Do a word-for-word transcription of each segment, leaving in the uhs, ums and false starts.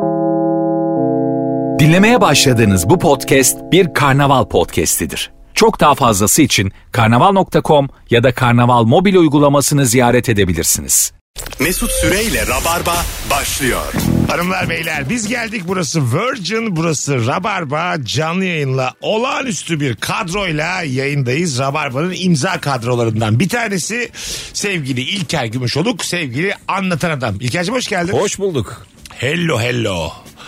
Dinlemeye başladığınız bu podcast bir karnaval podcastidir. Çok daha fazlası için karnaval nokta com ya da karnaval mobil uygulamasını ziyaret edebilirsiniz. Mesut Süreyle Rabarba başlıyor. Hanımlar beyler biz geldik, burası Virgin, burası Rabarba, canlı yayınla olağanüstü bir kadroyla yayındayız. Rabarba'nın imza kadrolarından bir tanesi sevgili İlker Gümüşoluk, sevgili Anlatan Adam. İlker'cim hoş geldin. Hoş bulduk. Hello hello.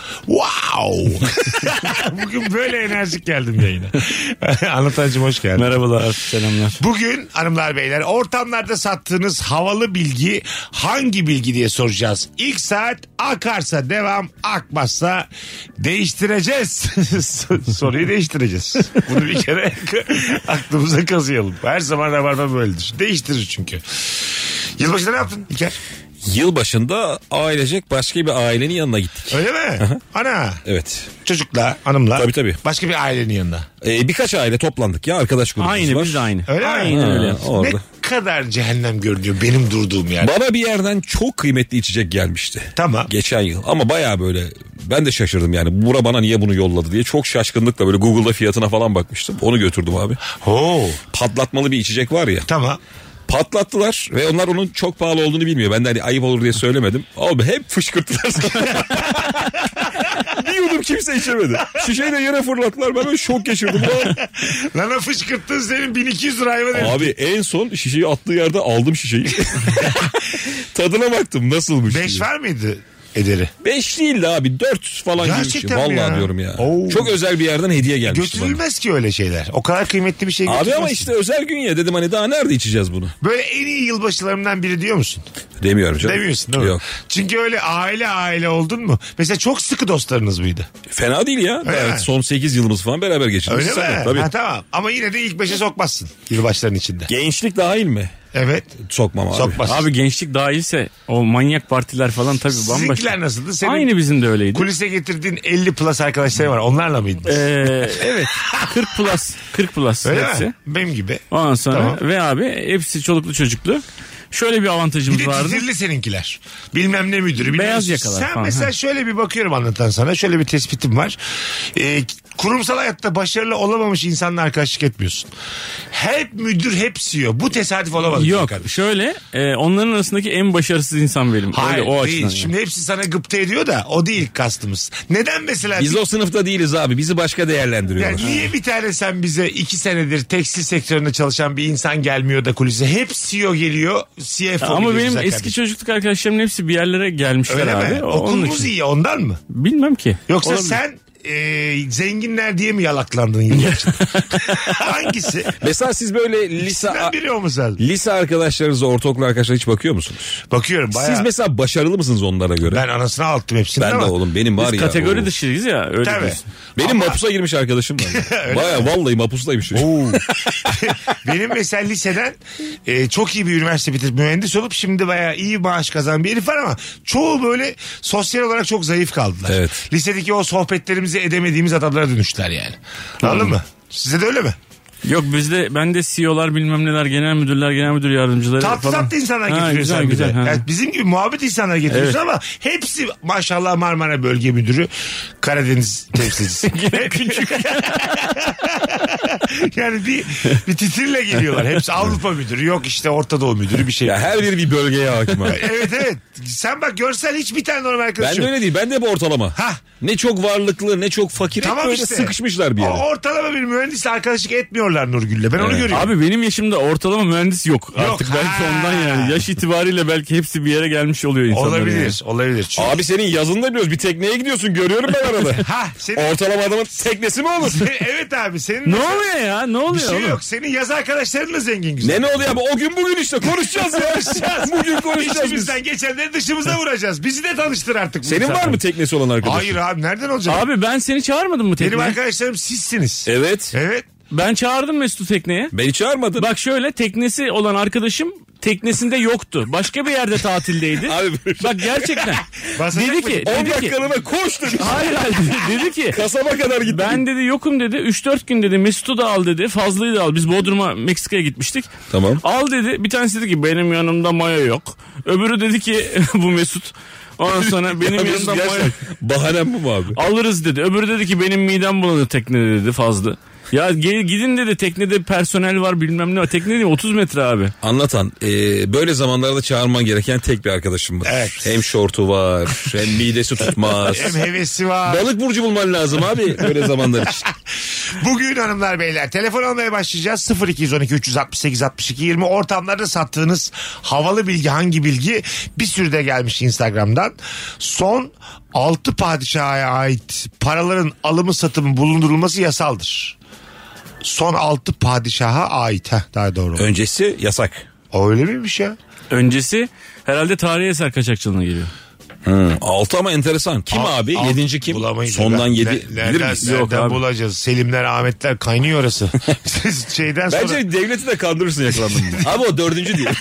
Wow. Bugün böyle enerjik geldim yayına. Anlatancım hoş geldin. Merhabalar, selamlar. Bugün hanımlar beyler ortamlarda sattığınız havalı bilgi hangi bilgi diye soracağız. İlk saat akarsa devam, akmazsa değiştireceğiz. Soruyu değiştireceğiz. Bunu bir kere aklımıza kazıyalım. Her zaman Rabarba böyledir. Değiştirir çünkü. Yılbaşında ne yaptın İlker? Yılbaşında ailecek başka bir ailenin yanına gittik. Öyle mi? Ana. Evet. Çocukla, hanımla. Tabii tabii. Başka bir ailenin yanına. Ee, birkaç aile toplandık ya, arkadaş grubumuz aynı, var. Aynı biz de aynı. Öyle Aynen mi? öyle. Ha, orada. Ne kadar cehennem görünüyor benim durduğum yer. Bana bir yerden çok kıymetli içecek gelmişti. Tamam. Geçen yıl ama baya böyle ben de şaşırdım yani. Bura bana niye bunu yolladı diye çok şaşkınlıkla böyle Google'da fiyatına falan bakmıştım. Onu götürdüm abi. Oo. Patlatmalı bir içecek var ya. Tamam. Patlattılar ve onlar onun çok pahalı olduğunu bilmiyor. Ben de hani ayıp olur diye söylemedim. Abi hep fışkırttılar sana. Bir yudum kimse içemedi. Şişeyi de yere fırlattılar. Ben böyle şok geçirdim. Lan o fışkırttın senin bin iki yüz lira hayvan herif. Abi en son şişeyi attığı yerde aldım şişeyi. Tadına baktım nasılmış. Beş diye. var mıydı ederi? Beş değildi abi, dört falan gibi bir şey. Gerçekten mi Vallahi ya? diyorum ya. Oo. Çok özel bir yerden hediye gelmişti bana. Götürülmez ki öyle şeyler. O kadar kıymetli bir şey götürülmez. Abi ama işte özel gün ya, dedim hani daha nerede içeceğiz bunu? Böyle en iyi yılbaşılarımdan biri diyor musun? Demiyorum canım. Demiyorsun değil mi? Yok. Çünkü öyle aile aile oldun mu? Mesela çok sıkı dostlarınız mıydı? Fena değil ya. Öyle Evet, mi? son sekiz yılımız falan beraber geçirdik. Öyle Sen mi? de, tabii. Ha, tamam. Ama yine de ilk beşe sokmazsın yılbaşlarının içinde. Gençlik dahil mi? Evet. Sokmam abi. Sokmaz. Abi gençlik dahilse o manyak partiler falan tabii bambaşka. Sizinkiler nasıldı? Senin Aynı bizim de öyleydi. kulise getirdiğin elli plus arkadaşlar var. Onlarla mıydınız? Ee, evet. kırk plus. kırk plus Öyle hepsi. mi? Benim gibi. Ondan sonra Tamam. ve abi hepsi çoluklu çocuklu. Şöyle bir Bir avantajımız de vardı. titirli seninkiler. Bilmem ne müdürü. bilmem- Beyaz yakalar Sen falan, mesela ha. şöyle bir bakıyorum anlatan sana. Şöyle bir tespitim var. Ee, kurumsal hayatta başarılı olamamış insanla arkadaşlık etmiyorsun. Hep müdür, hep C E O. Bu tesadüf olamadı. Yok kardeşim. şöyle e, onların arasındaki en başarısız insan benim. Hayır Öyle, o değil. açıdan. Şimdi hepsi sana gıpta ediyor da o değil kastımız. Neden mesela? Biz bir- o sınıfta değiliz abi. Bizi başka değerlendiriyorlar. Yani niye bir tane sen bize iki senedir tekstil sektöründe çalışan bir insan gelmiyor da kulise? Hep C E O geliyor, C F O Ama geliyor benim güzel eski kardeşim. çocukluk arkadaşlarımın hepsi bir yerlere gelmişler Öyle abi. mi? O- onun Okulumuz için. iyi ondan mı? Bilmem ki. Yoksa Olabilir. sen e, zenginler diye mi yalaklandın yılbaşında? Hangisi? Mesela siz böyle lise İkisinden biri olması lazım. lise arkadaşlarınıza, ortaokul arkadaşlarına hiç bakıyor musunuz? Bakıyorum bayağı. Siz mesela başarılı mısınız onlara göre? Ben anasını alttım hepsini Ben de ama. oğlum, benim var Biz ya. kategori o- dışıyız ya öyle Tabii. diyorsun. Benim Ama- mapusa girmiş arkadaşım var. Baya vallahi mapustaymış. Oo. Benim mesela liseden e, çok iyi bir üniversite bitirip mühendis olup şimdi bayağı iyi maaş kazanan bir herif var ama çoğu böyle sosyal olarak çok zayıf kaldılar. Evet. Lisedeki o sohbetlerimizi edemediğimiz adamlara dönüştüler yani. Anladın mı? Size de öyle mi? Yok bizde bende C E O'lar bilmem neler genel müdürler genel müdür yardımcıları Tatlı falan. tatlı insanlar Ha, getiriyorsun güzel, sen güzel, bize. ha. Yani bizim gibi muhabbet insanlar getiriyorsun Evet. ama hepsi maşallah Marmara Bölge Müdürü, Karadeniz temsilcisi. Hep küçük. Yani bir, bir titirle geliyorlar. Hepsi Avrupa Müdürü, yok işte Orta Doğu Müdürü bir şey. Ya her biri bir bölgeye hakim abi. Evet evet. Sen bak görsen hiç bir tane normal arkadaş Ben de yok. öyle değil. Ben de bu ortalama. Hah. Ne çok varlıklı ne çok fakir. Hep böyle işte. sıkışmışlar bir yere. O ortalama bir mühendisle arkadaşlık etmiyorlar Nurgül'le. Ben onu Evet. görüyorum. Abi benim yaşımda ortalama mühendis yok. Yok, Artık belki ha. ondan yani. Yaş itibariyle belki hepsi bir yere gelmiş oluyor insanlar. Olabilir. Olabilir. Çünkü... Abi senin yazında biliyoruz. Bir tekneye gidiyorsun. Görüyorum ben arada. Ha, senin... Ortalama adamın teknesi mi olur? Evet abi senin... Ne oluyor ya? Ne Bir oluyor şey oğlum? yok. Senin yaz arkadaşların da zengin güzel. Ne ne oluyor abi? O gün bugün işte. Konuşacağız ya. Bugün konuşacağız biz. İçimizden geçenleri dışımıza vuracağız. Bizi de tanıştır artık. bu Senin sefer. var mı teknesi olan arkadaşın? Hayır abi nereden olacak? Abi ben seni çağırmadım mı Benim tekneye? arkadaşlarım sizsiniz. Evet. Evet. Ben çağırdım Mesut'u tekneye. Beni çağırmadın. Bak şöyle teknesi olan arkadaşım teknesinde yoktu. Başka bir yerde tatildeydi. Abi böyle- Bak gerçekten. Basacak dedi mı? ki, on dedi ki. dakikalığına koş dedi. Hayır hayır dedi, dedi ki. Kasaba kadar gitti. Ben dedi yokum dedi. üç dört gün dedi Mesut'u da al dedi. Fazlıyı da al. Biz Bodrum'a Meksika'ya gitmiştik. Tamam. Al dedi. Bir tanesi dedi ki benim yanımda maya yok. Öbürü dedi ki bu Mesut. Ondan sonra benim Abi, yanımda gerçekten mayo bahanem bu mu abi? alırız dedi. Öbürü dedi ki benim midem bulanır teknede dedi fazla. Ya gel, gidin dedi teknede personel var bilmem ne var. Tekne değil otuz metre abi. Anlatan e, böyle zamanlarda çağırman gereken tek bir arkadaşım var. Evet. Hem şortu var hem midesi tutmaz. Hem hevesi var. Balık burcu bulman lazım abi böyle zamanlar için. Bugün hanımlar beyler telefon almaya başlayacağız. sıfır iki on iki üç altı sekiz altmış iki yirmi ortamlarda sattığınız havalı bilgi hangi bilgi? Bir sürü de gelmiş Instagram'dan. Son altı padişaha ait paraların alımı satımı bulundurulması yasaldır. Son altı padişaha ait. Heh, daha doğru. Öncesi yasak. Öyle miymiş ya? Öncesi herhalde tarihi eser kaçakçılığına giriyor. Hmm, altı ama enteresan. Kim Alt- abi? alt- Yedinci kim? bulamayız. Sondan Ne- yedi ne- bilir nereden- miyiz? Yok nereden abi. bulacağız? Selimler, Ahmetler kaynıyor orası. Şeyden sonra. Bence devleti de kandırırsın yakalandın. Abi o dördüncü diyor.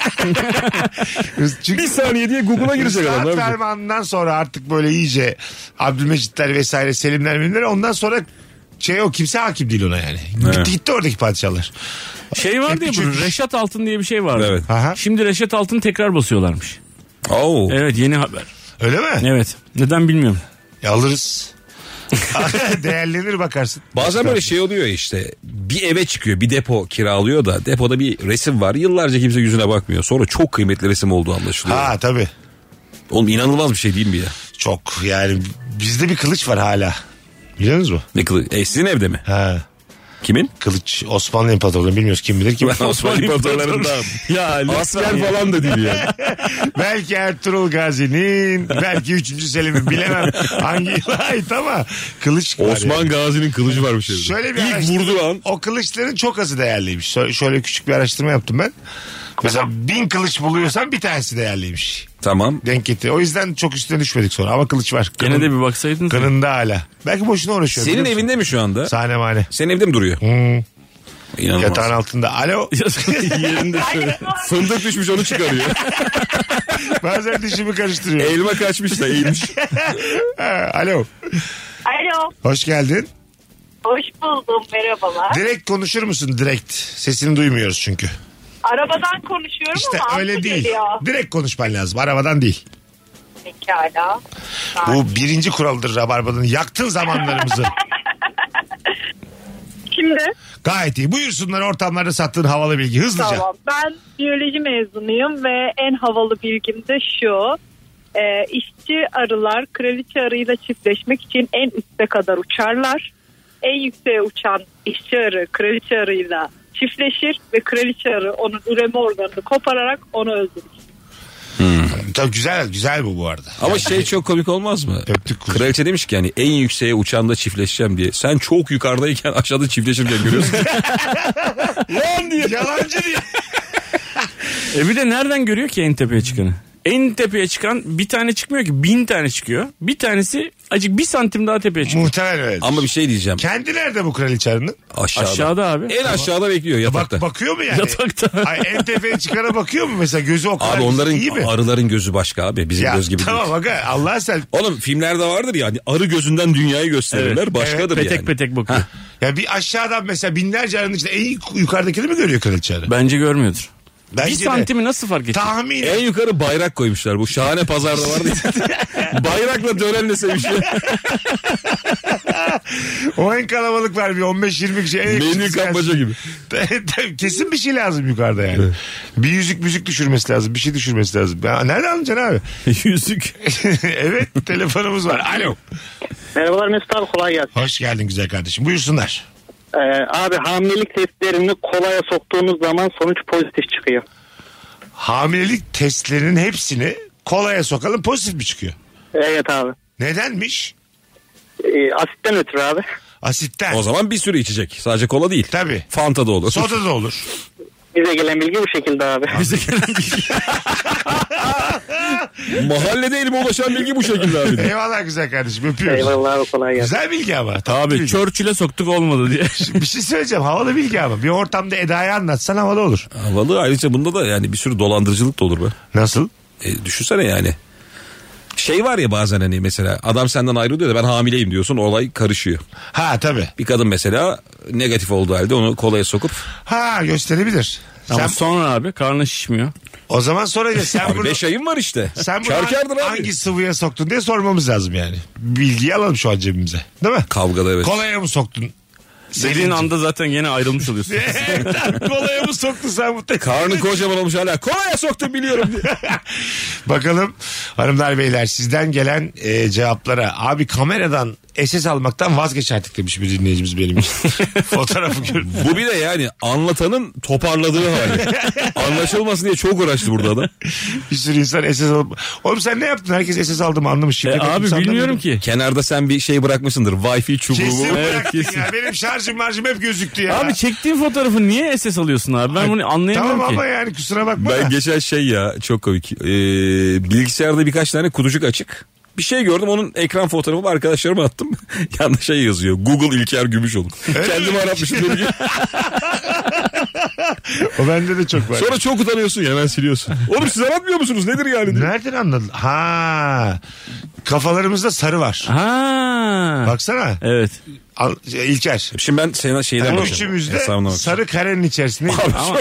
Çünkü Bir saniye diye Google'a girecek adam. Saat ne yapacak? fermanından sonra artık böyle iyice Abdülmecitler vesaire Selimler Selimler ondan sonra şey o kimse hakim değil ona yani. Gitti gitti oradaki padişahlar. Şey vardı ya Hep bu küçük. Reşat Altın diye bir şey vardı. Evet. Aha. Şimdi Reşat Altın tekrar basıyorlarmış. Oo. Evet yeni haber. Öyle mi? Evet. Neden bilmiyorum. Ya alırız. Değerlenir bakarsın. Bazen böyle şey oluyor işte. Bir eve çıkıyor, bir depo kiralıyor da depoda bir resim var. Yıllarca kimse yüzüne bakmıyor. Sonra çok kıymetli resim olduğu anlaşılıyor. Ha tabii. Oğlum inanılmaz bir şey değil mi ya? Çok yani bizde bir kılıç var hala. Biliyor musunuz mu? Ne kılı? E sizin evde mi? Ha. Kimin? Kılıç Osmanlı İmparatorluğu bilmiyoruz kim bilir kim. Osmanlı İmparatorlarından. Ya lütfen Asker ya. falan da değil yani. Belki Ertuğrul Gazi'nin belki üçüncü Selim'in bilemem hangi yıla ait ama kılıç var Osman yani. Gazi'nin kılıcı varmış evde. Şöyle bir İlk araştırma- vurdu lan. O kılıçların çok azı değerliymiş. Şö- Şöyle küçük bir araştırma yaptım ben. Mesela bin kılıç buluyorsan bir tanesi değerliymiş. Tamam. Denk getir. O yüzden çok üstüne düşmedik sonra. Ama kılıç var. Gene de bir baksaydın. Kanında hala. Belki boşuna uğraşıyor. Senin biliyor musun? evinde mi şu anda? Sahne mane. Senin evde mi duruyor? Hmm. İnanılmaz. Yatağın altında. Alo. Yerinde söyle. Fındık düşmüş onu çıkarıyor. Bazen dişimi karıştırıyor. Elma kaçmış da eğilmiş. Ha, Alo. Alo. Hoş geldin. Hoş buldum. Merhabalar. Direkt konuşur musun? Direkt. Sesini duymuyoruz çünkü. Arabadan konuşuyorum İşte ama öyle haklı değil. geliyor. Direkt konuşman lazım. Arabadan değil. Pekala. Bu birinci kuraldır Rabarba'nın. Yaktın zamanlarımızı. Şimdi Gayet iyi. Buyursunlar ortamlarda sattığın havalı bilgi. Hızlıca. tamam. Ben biyoloji mezunuyum ve en havalı bilgim de şu. Ee, işçi arılar kraliçe arıyla çiftleşmek için en üste kadar uçarlar. En yükseğe uçan işçi arı kraliçe arıyla çiftleşir ve kraliçe arı onun üreme organını kopararak onu öldürür. Tabii güzel güzel bu bu arada. Ama şey çok komik olmaz mı? Öptük kuzu. Kraliçe demiş ki yani en yükseğe uçanda çiftleşeceğim diye. Sen çok yukarıdayken aşağıda çiftleşirken görüyorsun. Lan diye. Yalancı diye. E bir de nereden görüyor ki en tepeye çıkanı? En tepeye çıkan bir tane çıkmıyor ki bin tane çıkıyor. Bir tanesi acık bir santim daha tepeye çıkıyor. Muhtemelen öyle. Ama bir şey diyeceğim. Kendi nerede bu kraliçe arının? Aşağıda. Aşağıda abi. En aşağıda bekliyor yatakta. Bak, bakıyor mu yani? Yatakta. Ay, en tepeye çıkana bakıyor mu mesela gözü o kadar Abi onların iyi mi? arıların gözü başka abi. Bizim Ya göz gibi tamam değil. aga Allah sen. Oğlum filmlerde vardır ya hani arı gözünden dünyayı gösterirler. Evet. Başkadır Petek yani. petek bakıyor. Ya bir aşağıdan mesela binlerce arının içinde en yukarıdakini mi görüyor kraliçe arı? Bence görmüyordur. Bence bir de. santimi nasıl fark edecek? Tahmin En yukarı bayrak koymuşlar. Bu şahane pazarda vardı. Bayrakla dönenle sevişiyor. O en kalabalık var bir on beş yirmi kişi. En Menü yakışıklısı kapmaca gelsin. gibi. Kesin bir şey lazım yukarıda yani. Bir yüzük müzik düşürmesi lazım. Bir şey düşürmesi lazım. Ya, nereden alacaksın abi? Yüzük. Evet telefonumuz var. Alo. Merhabalar Mesut abi, kolay gelsin. Hoş geldin güzel kardeşim. Buyursunlar. Ee, abi hamilelik testlerini kolaya soktuğunuz zaman sonuç pozitif çıkıyor. Hamilelik testlerinin hepsini kolaya sokalım pozitif mi çıkıyor? Evet abi. Nedenmiş? Ee, asitten ötürü abi. Asitten. O zaman bir sürü içecek. Sadece kola değil. Tabii. Fanta da olur. Soda da olur. Bize gelen bilgi bu şekilde abi. Bize gelen Mahallede elime ulaşan bilgi bu şekilde abi. Eyvallah güzel kardeşim öpüyoruz. Eyvallah abi, kolay gelsin. Güzel bilgi ama. tatlı Abi bilgi. Churchill'e soktuk olmadı diye. Bir şey söyleyeceğim havalı bilgi ama. Bir ortamda Eda'yı anlatsan havalı olur. Havalı ayrıca bunda da yani bir sürü dolandırıcılık da olur be. Nasıl? E, düşünsene yani. Şey var ya bazen hani mesela adam senden ayrılıyor da ben hamileyim diyorsun, olay karışıyor. Ha tabii. Bir kadın mesela negatif olduğu halde onu kolaya sokup Ha gösterebilir. Ama Sen- sonra abi karnı şişmiyor. O zaman soracağız. Sen Abi bunu, beş ayım var işte. sen bunu Kar kardır abi. hangi sıvıya soktun diye sormamız lazım yani. Bilgiyi alalım şu an cebimize. Değil mi? Kavgada evet. Kolaya mı soktun? Dediğin anda zaten gene ayrılmış oluyorsun. Evet abi, kolaya mı soktun sen bu tekniği? Karnı kocaman olmuş hala. Kolaya soktum biliyorum diye. Bakalım hanımlar beyler sizden gelen e, cevaplara. Abi kameradan S S almaktan vazgeç artık demiş bir dinleyicimiz benim için. Fotoğrafı gördüm. Bu bir de yani anlatanın toparladığı hali. Anlaşılmasın diye çok uğraştı burada adam. Bir sürü insan S S alıp. Oğlum sen ne yaptın? Herkes S S aldı mı anlamış. E, Şirket abi kimse bilmiyorum anlamadı. ki. Kenarda sen bir şey bırakmışsındır. Wi-Fi çubuğu. Kesin mu? bıraktın kesin. ya. Benim şarjım marjım hep gözüktü ya. Abi çektiğin fotoğrafı niye S S alıyorsun abi? Ben bunu anlayamıyorum Tamam ki. ama yani kusura bakma Ben da. geçen şey ya çok komik. Ee, bilgisayarda birkaç tane kutucuk açık. Bir şey gördüm onun ekran fotoğrafımı arkadaşlarıma attım. Yanlış şey yazıyor. Google İlker Gümüşoluk. Kendimi aratmışım. Böyle. O bende de çok var. Sonra çok utanıyorsun ya hemen siliyorsun. Oğlum siz aratmıyor musunuz? Nedir yani? diye. Nereden anladın? Ha. Kafalarımızda sarı var. Ha. Baksana. Evet. Al, İlker. Şimdi ben sana şeyden Yani bakıyorum. üçümüzde Hesabına bak. sarı karenin içerisinde. Ama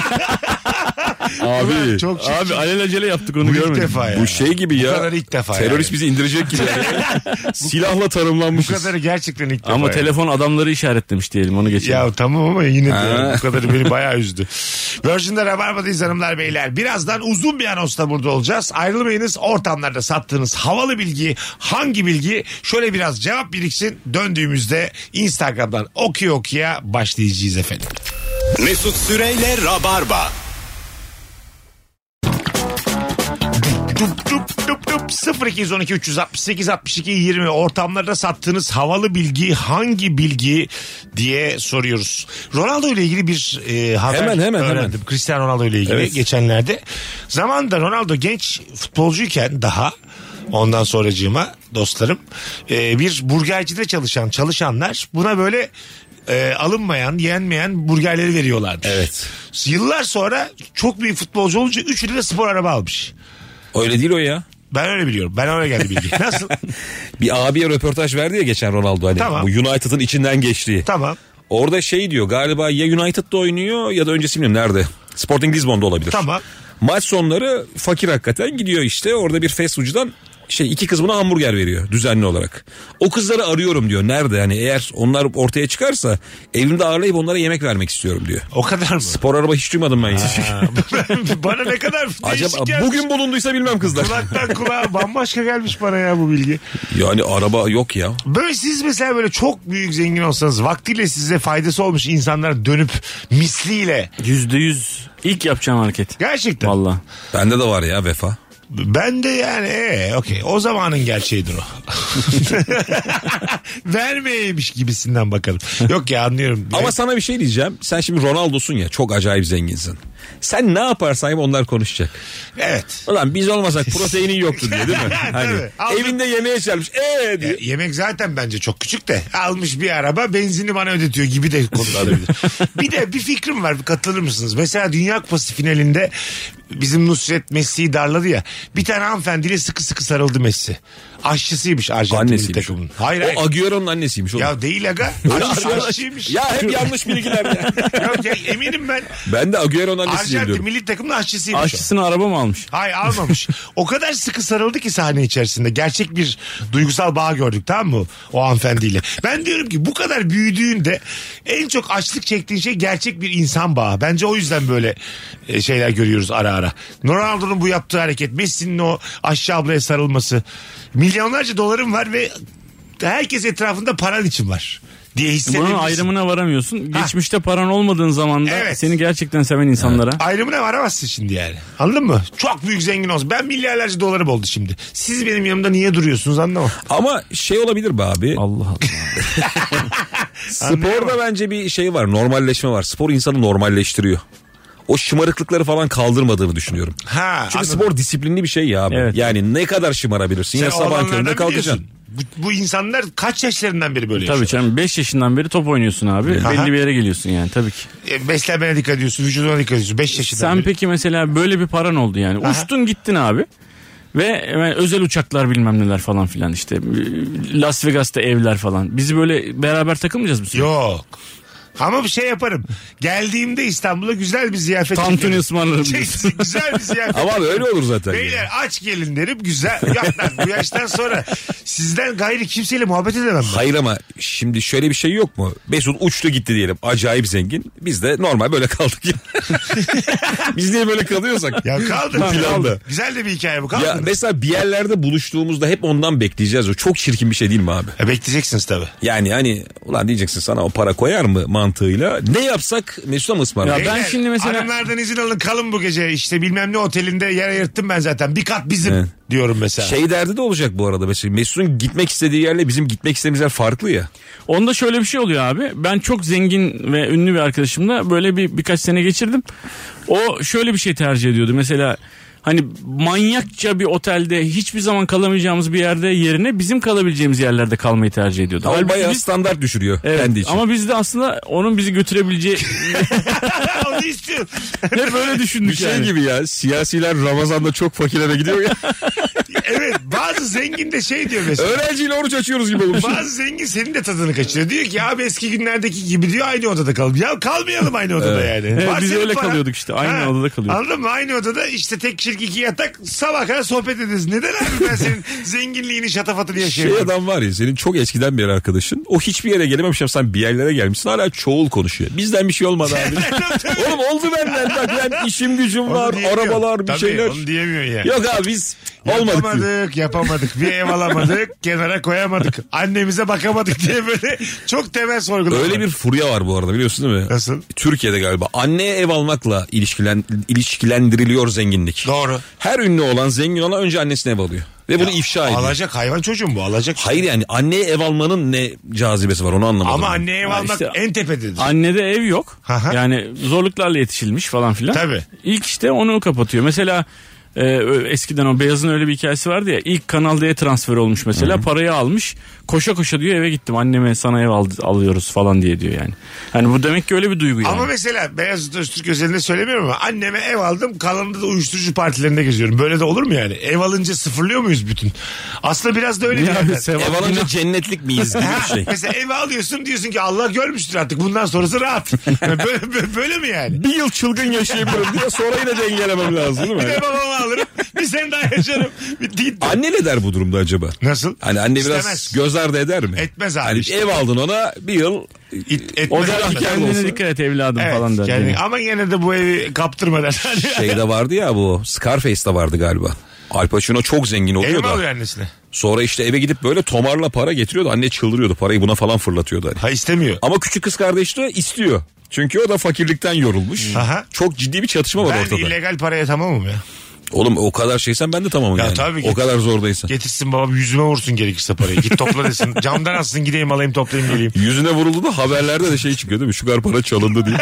Abi. çok çirkin. Abi alelacele yaptık onu Bu ilk görmedim. defa ya. Bu şey gibi ya. Bu kadar ilk defa Terörist yani. bizi indirecek gibi. Silahla Bu tanımlanmışız. kadarı gerçekten ilk defa. Ama yani. telefon adamları işaretlemiş diyelim onu geçelim. Ya tamam ama yine de Ha. yani bu kadarı beni bayağı üzdü. Virgin'de Rabarba'dayız hanımlar beyler. Birazdan uzun bir anonsla burada olacağız. Ayrılmayınız. Ortamlarda sattığınız havalı bilgi hangi bilgi? Şöyle biraz cevap biriksin. Döndüğümüzde Instagram'dan okuya okuya başlayacağız efendim. Mesut Süreyle Rabarba. Dup dup dup dup sıfır iki on iki üç altı sekiz altmış iki yirmi ortamlarda sattığınız havalı bilgi hangi bilgi diye soruyoruz. Ronaldo ile ilgili bir e, haber Hemen, hemen, öğrendim. hemen. Cristiano Ronaldo ile ilgili Evet. geçenlerde. Zamanında Ronaldo genç futbolcuyken daha ondan sonracığıma dostlarım e, bir burgercide çalışan çalışanlar buna böyle e, alınmayan, yenmeyen burgerleri veriyorlarmış. Evet. Yıllar sonra çok büyük futbolcu olunca üçünü de spor araba almış. Öyle değil o ya. Ben öyle biliyorum. Ben öyle geldi bilgi. Nasıl? Bir abiye röportaj verdi ya geçen Ronaldo. Hani Tamam. bu United'ın içinden geçtiği. Tamam. Orada şey diyor galiba ya United'da oynuyor ya da öncesi bilmiyorum nerede. Sporting Lisbon'da olabilir. Tamam. Maç sonları fakir hakikaten gidiyor işte orada bir fast foodcudan şey iki kız buna hamburger veriyor düzenli olarak. O kızları arıyorum diyor. Nerede hani eğer onlar ortaya çıkarsa evimde ağırlayıp onlara yemek vermek istiyorum diyor. O kadar mı? Spor araba hiç duymadım ben ya. Bana ne kadar Acaba değişik gelmiş. bugün bulunduysa bilmem kızlar. Kulaktan kulağa bambaşka gelmiş bana ya bu bilgi. Yani araba yok ya. Böyle siz mesela böyle çok büyük zengin olsanız vaktiyle size faydası olmuş insanlara dönüp misliyle. Yüzde yüz ilk yapacağım hareket. Gerçekten. Valla. Bende de var ya vefa. Ben de yani ee, okey o zamanın gerçeğidir o. Vermeyeymiş gibisinden bakalım. Yok ya anlıyorum. Ama sana bir şey diyeceğim. Sen şimdi Ronaldo'sun ya çok acayip zenginsin. Sen ne yaparsan yap onlar konuşacak. Evet. Ulan biz olmasak proteinin yoktu diye değil mi? Hani Tabii. Aldım. evinde yemeğe çarpmış. Eee diye. E, yemek zaten bence çok küçük de almış bir araba benzini bana ödetiyor gibi de konuşulabilir. Bir de bir fikrim var katılır mısınız? Mesela Dünya Kupası finalinde bizim Nusret Messi'yi darladı ya. Bir tane hanımefendiyle sıkı sıkı sarıldı Messi. Aşçısıymış Arjantin milli Annesiymiş. takımının. Hayır hayır. O Agüero'nun annesiymiş oğlum. Ya değil aga. Öyle bir şey var. Aşçıymış. Ya hep yanlış bilgiler ya. Yok ya eminim ben. Ben de Agüero'nun annesi Arjantin diyorum. milli takımının aşçısıymış o. Aşçısını araba mı almış? Hayır almamış. O kadar sıkı sarıldı ki sahne içerisinde. Gerçek bir duygusal bağ gördük tamam mı? O hanımefendiyle. Ben diyorum ki bu kadar büyüdüğünde en çok açlık çektiğin şey gerçek bir insan bağı. Bence o yüzden böyle e, şeyler görüyoruz ara ara. Ronaldo'nun bu yaptığı hareket. Messi'nin o aşçı ablaya sarılması. Milyonlarca dolarım var ve herkes etrafında paran için var diye hissediyorsun. Bunun ayrımına varamıyorsun. Geçmişte paran olmadığın zaman da Evet. seni gerçekten seven insanlara. Ayrımına varamazsın şimdi yani. Anladın mı? Çok büyük zengin olsun. Ben milyarlarca dolarım oldu şimdi. Siz benim yanımda niye duruyorsunuz anlamam. Ama şey olabilir be abi. Allah Allah. Sporda bence bir şey var. Normalleşme var. Spor insanı normalleştiriyor. O şımarıklıkları falan kaldırmadığını düşünüyorum. Ha, Çünkü anladım. spor disiplinli bir şey ya abi. Evet. Yani ne kadar şımarabilirsin? Sen Ya sabah köründe olanlardan kalkacaksın. biliyorsun. Bu, bu insanlar kaç yaşlarından beri böyle Tabii yaşıyor? canım beş yaşından beri top oynuyorsun abi. Aha. Belli bir yere geliyorsun yani tabii ki. E, beslenmene dikkat ediyorsun, vücuduna dikkat ediyorsun. beş yaşından Sen beri. peki mesela böyle bir paran oldu yani. Aha. Uçtun gittin abi. Ve hemen özel uçaklar bilmem neler falan filan işte. Las Vegas'ta evler falan. Bizi böyle beraber takılmayacağız mı? Yok. Ama bir şey yaparım. Geldiğimde İstanbul'a güzel bir ziyafet Tantuni çekerim. ısmarlarım diyorsun. Güzel bir ziyafet. Ama abi öyle olur zaten. Beyler aç gelin derim güzel. Ya lan bu yaştan sonra sizden gayri kimseyle muhabbet edemem ben. Hayır ama şimdi şöyle bir şey yok mu? Mesut uçtu gitti diyelim. Acayip zengin. Biz de normal böyle kaldık. Biz niye böyle kalıyorsak? Ya kaldın. Planda. Güzel de bir hikaye bu. Kaldın. Ya mesela bir yerlerde buluştuğumuzda hep ondan bekleyeceğiz. O çok çirkin bir şey değil mi abi? Ya bekleyeceksiniz tabii. Yani hani ulan diyeceksin sana o para koyar mı mantığıyla. Ne yapsak Mesut'a mı ısmarlar? Ya ben Beyler, şimdi mesela- hanımlardan izin alın kalın bu gece. İşte bilmem ne otelinde yer ayırttım ben zaten. Bir kat bizim Evet. diyorum mesela. Şey derdi de olacak bu arada. Mesela Mesut'un gitmek istediği yerle bizim gitmek istediğimiz yer farklı ya. Onda şöyle bir şey oluyor abi. Ben çok zengin ve ünlü bir arkadaşımla böyle bir birkaç sene geçirdim. O şöyle bir şey tercih ediyordu. Mesela hani manyakça bir otelde hiçbir zaman kalamayacağımız bir yerde yerine bizim kalabileceğimiz yerlerde kalmayı tercih ediyordu. Ama Halbuki bayağı biz- standart düşürüyor Evet, kendi için. ama biz de aslında onun bizi götürebileceği Onu istiyorum. hep böyle düşündük bir şey yani. gibi ya. Siyasiler Ramazan'da çok fakirlere gidiyor ya. Evet bazı zengin de şey diyor mesela. Öğrenciyle oruç açıyoruz gibi olmuş. Bazı zengin senin de tadını kaçırıyor. Diyor ki abi eski günlerdeki gibi diyor aynı odada kalalım. Ya kalmayalım aynı odada yani. Evet, Var biz senin öyle paran. kalıyorduk işte. Aynı odada kalıyorduk. Anladın mı? Aynı odada işte tek kişilik iki yatak sabah kadar sohbet ederiz. Neden abi ben senin zenginliğini şatafatını Şey yaşayamıyorum? adam var ya senin çok eskiden bir arkadaşın. O hiçbir yere gelememiş ama sen bir yerlere gelmişsin. Hala çoğul konuşuyor. Bizden bir şey olmadı abi. Oğlum oldu benden bak ben işim gücüm var. Onu diyemiyor. Arabalar bir Tabii, şeyler. onu diyemiyor yani. Yok abi biz olmadık. diyor. Yapamadık, yapamadık. Bir ev alamadık, kenara koyamadık. Annemize bakamadık diye böyle çok temel sorgular. Öyle bir furya var bu arada biliyorsun değil mi? Nasıl? Türkiye'de galiba anneye ev almakla ilişkilen, ilişkilendiriliyor zenginlik. Doğru. Her ünlü olan zengin olan önce annesine ev alıyor. Ve bunu ifşa ediyor. Alacak hayvan çocuğum bu alacak. Hayır yani anneye ev almanın ne cazibesi var onu anlamadım. Ama ben. anneye ev Ha, almak işte- en tepededir. Annede ev yok. Aha. Yani zorluklarla yetişilmiş falan filan. Tabii. İlk işte onu kapatıyor. Mesela e, ö- eskiden o Beyaz'ın öyle bir hikayesi vardı ya. İlk Kanal D'ye transfer olmuş mesela. Hı-hı. Parayı almış. Koşa koşa diyor eve gittim. Anneme sana ev al- alıyoruz falan diye diyor yani. Hani bu demek ki öyle bir duygu yani. Ama mesela Beyazıt Öztürk özelinde söylemiyorum ama anneme ev aldım kalanında da uyuşturucu partilerinde geziyorum. Böyle de olur mu yani? Ev alınca sıfırlıyor muyuz bütün? Aslında biraz da öyle bir Ya, yerden. sevap Ev alınca günah. cennetlik miyiz gibi Ha, bir şey. mesela evi alıyorsun diyorsun ki Allah görmüştür artık bundan sonrası rahat. böyle, böyle, böyle mi yani? Bir yıl çılgın yaşayabilirim diye sonra yine dengelemem lazım değil mi? Bir de babamı alırım bir sene daha yaşarım. Bitti gitti. Anne ne der bu durumda acaba? Nasıl? Hani anne biraz İstemez. göz ardı eder mi? Etmez abi Hani işte. ev aldın ona bir yıl İt- etmez O da abi. ki kendine olsa- dikkat et evladım Evet, falan der. kendi- yani. ama yine de bu evi kaptırma der. şeyde vardı ya bu Scarface'de vardı galiba. Al Pacino çok zengin Ev oluyor mi da. alıyor annesine? Sonra işte eve gidip böyle tomarla para getiriyordu. Anne çıldırıyordu. Parayı buna falan fırlatıyordu hani. Ha istemiyor. Ama küçük kız kardeş de istiyor. Çünkü o da fakirlikten yorulmuş. Aha. Çok ciddi bir çatışma var Ben ortada. illegal paraya tamamım ya. Oğlum o kadar şeysen ben de tamamım Ya yani. tabii o ki. kadar zordaysan. Getirsin babam yüzüme vursun gerekirse parayı. Git topla desin. Camdan atsın gideyim alayım toplayayım geleyim. Yüzüne vuruldu da haberlerde de şey çıkıyor değil mi? Şu kadar para çalındı diye.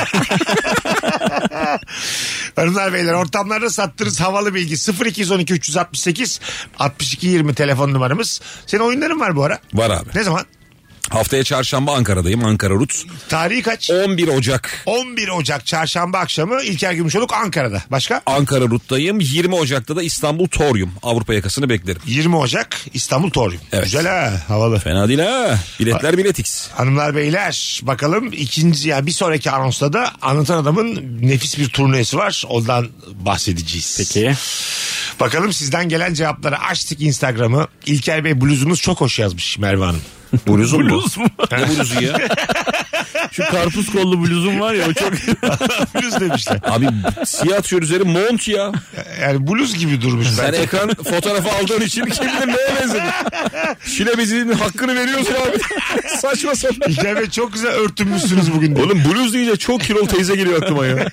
Hanımlar beyler ortamlarda sattığınız havalı bilgi sıfır iki on iki üç altı sekiz altmış iki yirmi telefon numaramız. Senin oyunların var bu ara. Var abi. Ne zaman? Haftaya çarşamba Ankara'dayım. Ankara Rut. Tarihi kaç? on bir Ocak on bir Ocak çarşamba akşamı İlker Gümüşoluk Ankara'da. Başka? Ankara Rut'tayım. yirmi Ocak'ta da İstanbul Torium. Avrupa yakasını beklerim. yirmi Ocak İstanbul Torium. Evet. Güzel ha havalı. Fena değil ha. Biletler biletix. Hanımlar beyler bakalım ikinci yani bir sonraki anonsta da Anlatan Adam'ın nefis bir turnesi var. Ondan bahsedeceğiz. Peki. Bakalım sizden gelen cevapları açtık Instagram'ı. İlker Bey bluzunuz çok hoş yazmış Merve Hanım. Bluzum mu? Bluz mu? Ne bluzu ya? Şu karpuz kollu bluzum var ya o çok... Bluz demişler. Abi siyah tişört üzeri mont ya. Yani bluz gibi durmuş Sen bence. ekran fotoğrafı aldığın için kim bilir neye benzedi. Şile bezinin hakkını veriyorsun abi. Saçma sapan. İlker Bey çok güzel örtünmüşsünüz bugün de. Oğlum bluz deyince çok kilolu teyze geliyor aklıma ya.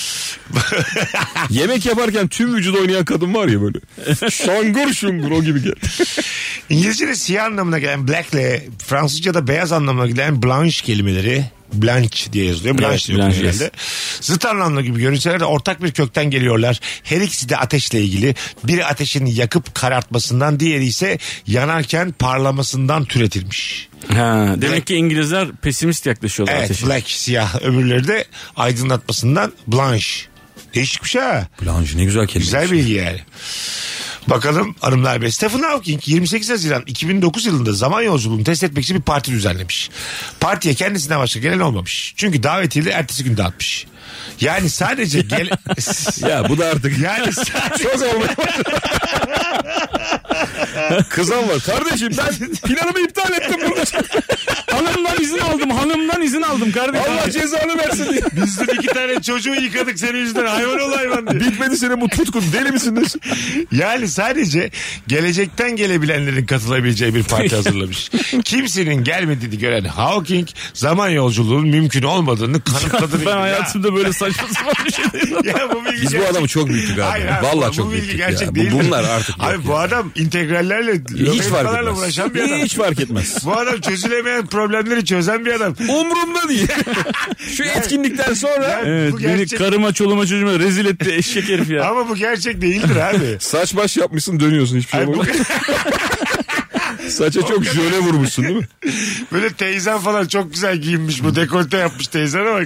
Yemek yaparken tüm vücudu oynayan kadın var ya böyle. Şangır şungur o gibi gel. İngilizce'de siyah anlamına gelen black'le Fransızca'da beyaz anlamına gelen blanche kelimeleri blanche diye yazılıyor. Blanche Evet, diyor blanche, genelde. yes. Zıt anlamlı gibi görünseler de ortak bir kökten geliyorlar. Her ikisi de ateşle ilgili. Biri ateşin yakıp karartmasından, diğeri ise yanarken parlamasından türetilmiş. Ha, demek ki İngilizler pesimist yaklaşıyorlar Evet, ateşe. black siyah, öbürleri de aydınlatmasından blanche. Değişik bir şey ha. Blanche ne güzel kelime. Güzel bilgi yani. Bakalım hanımlar bey. Stephen Hawking yirmi sekiz Haziran iki bin dokuz yılında zaman yolculuğunu test etmek için bir parti düzenlemiş. Partiye kendisinden başka gelen olmamış. Çünkü davetiyeli ertesi gün dağıtmış. Yani sadece gel... Ya bu da artık yani sadece... çok olmaya başladı. Kızan var. Kardeşim ben planımı iptal ettim burada. Hanımdan izin aldım. Hanımdan izin aldım kardeşim. Allah cezanı versin diye. Biz de iki tane çocuğu yıkadık senin yüzünden. Hayvan ol hayvan diye. Bitmedi senin bu tutkun. Deli misiniz? Yani sadece gelecekten gelebilenlerin katılabileceği bir parti hazırlamış. Kimsenin gelmediğini gören Hawking zaman yolculuğunun mümkün olmadığını kanıtladı. Ben hayatımda böyle saçma sapan bir şey değilim. Ya bu bilgi Biz bu gerçek... adamı çok büyüttük abi. Hayır, abi, Vallahi bu çok bilgi büyüttük gerçek ya. değil. Bu, bunlar artık abi yok bu ya. adam integrallerle Hiç fark logaritmalarla etmez. uğraşan bir adam. Hiç fark etmez. Bu adam çözülemeyen problemleri çözen bir adam. Umurumda değil. Şu etkinlikten sonra Yani Evet, bu beni gerçek... karıma çoluma çocuğuma rezil etti eşek herif ya. Ama bu gerçek değildir abi. saç baş yapmışsın dönüyorsun hiçbir şey Ay, bu... olmuyor. Saça çok jöle vurmuşsun değil mi? Böyle teyzen falan çok güzel giyinmiş, bu dekolte yapmış teyzene bak.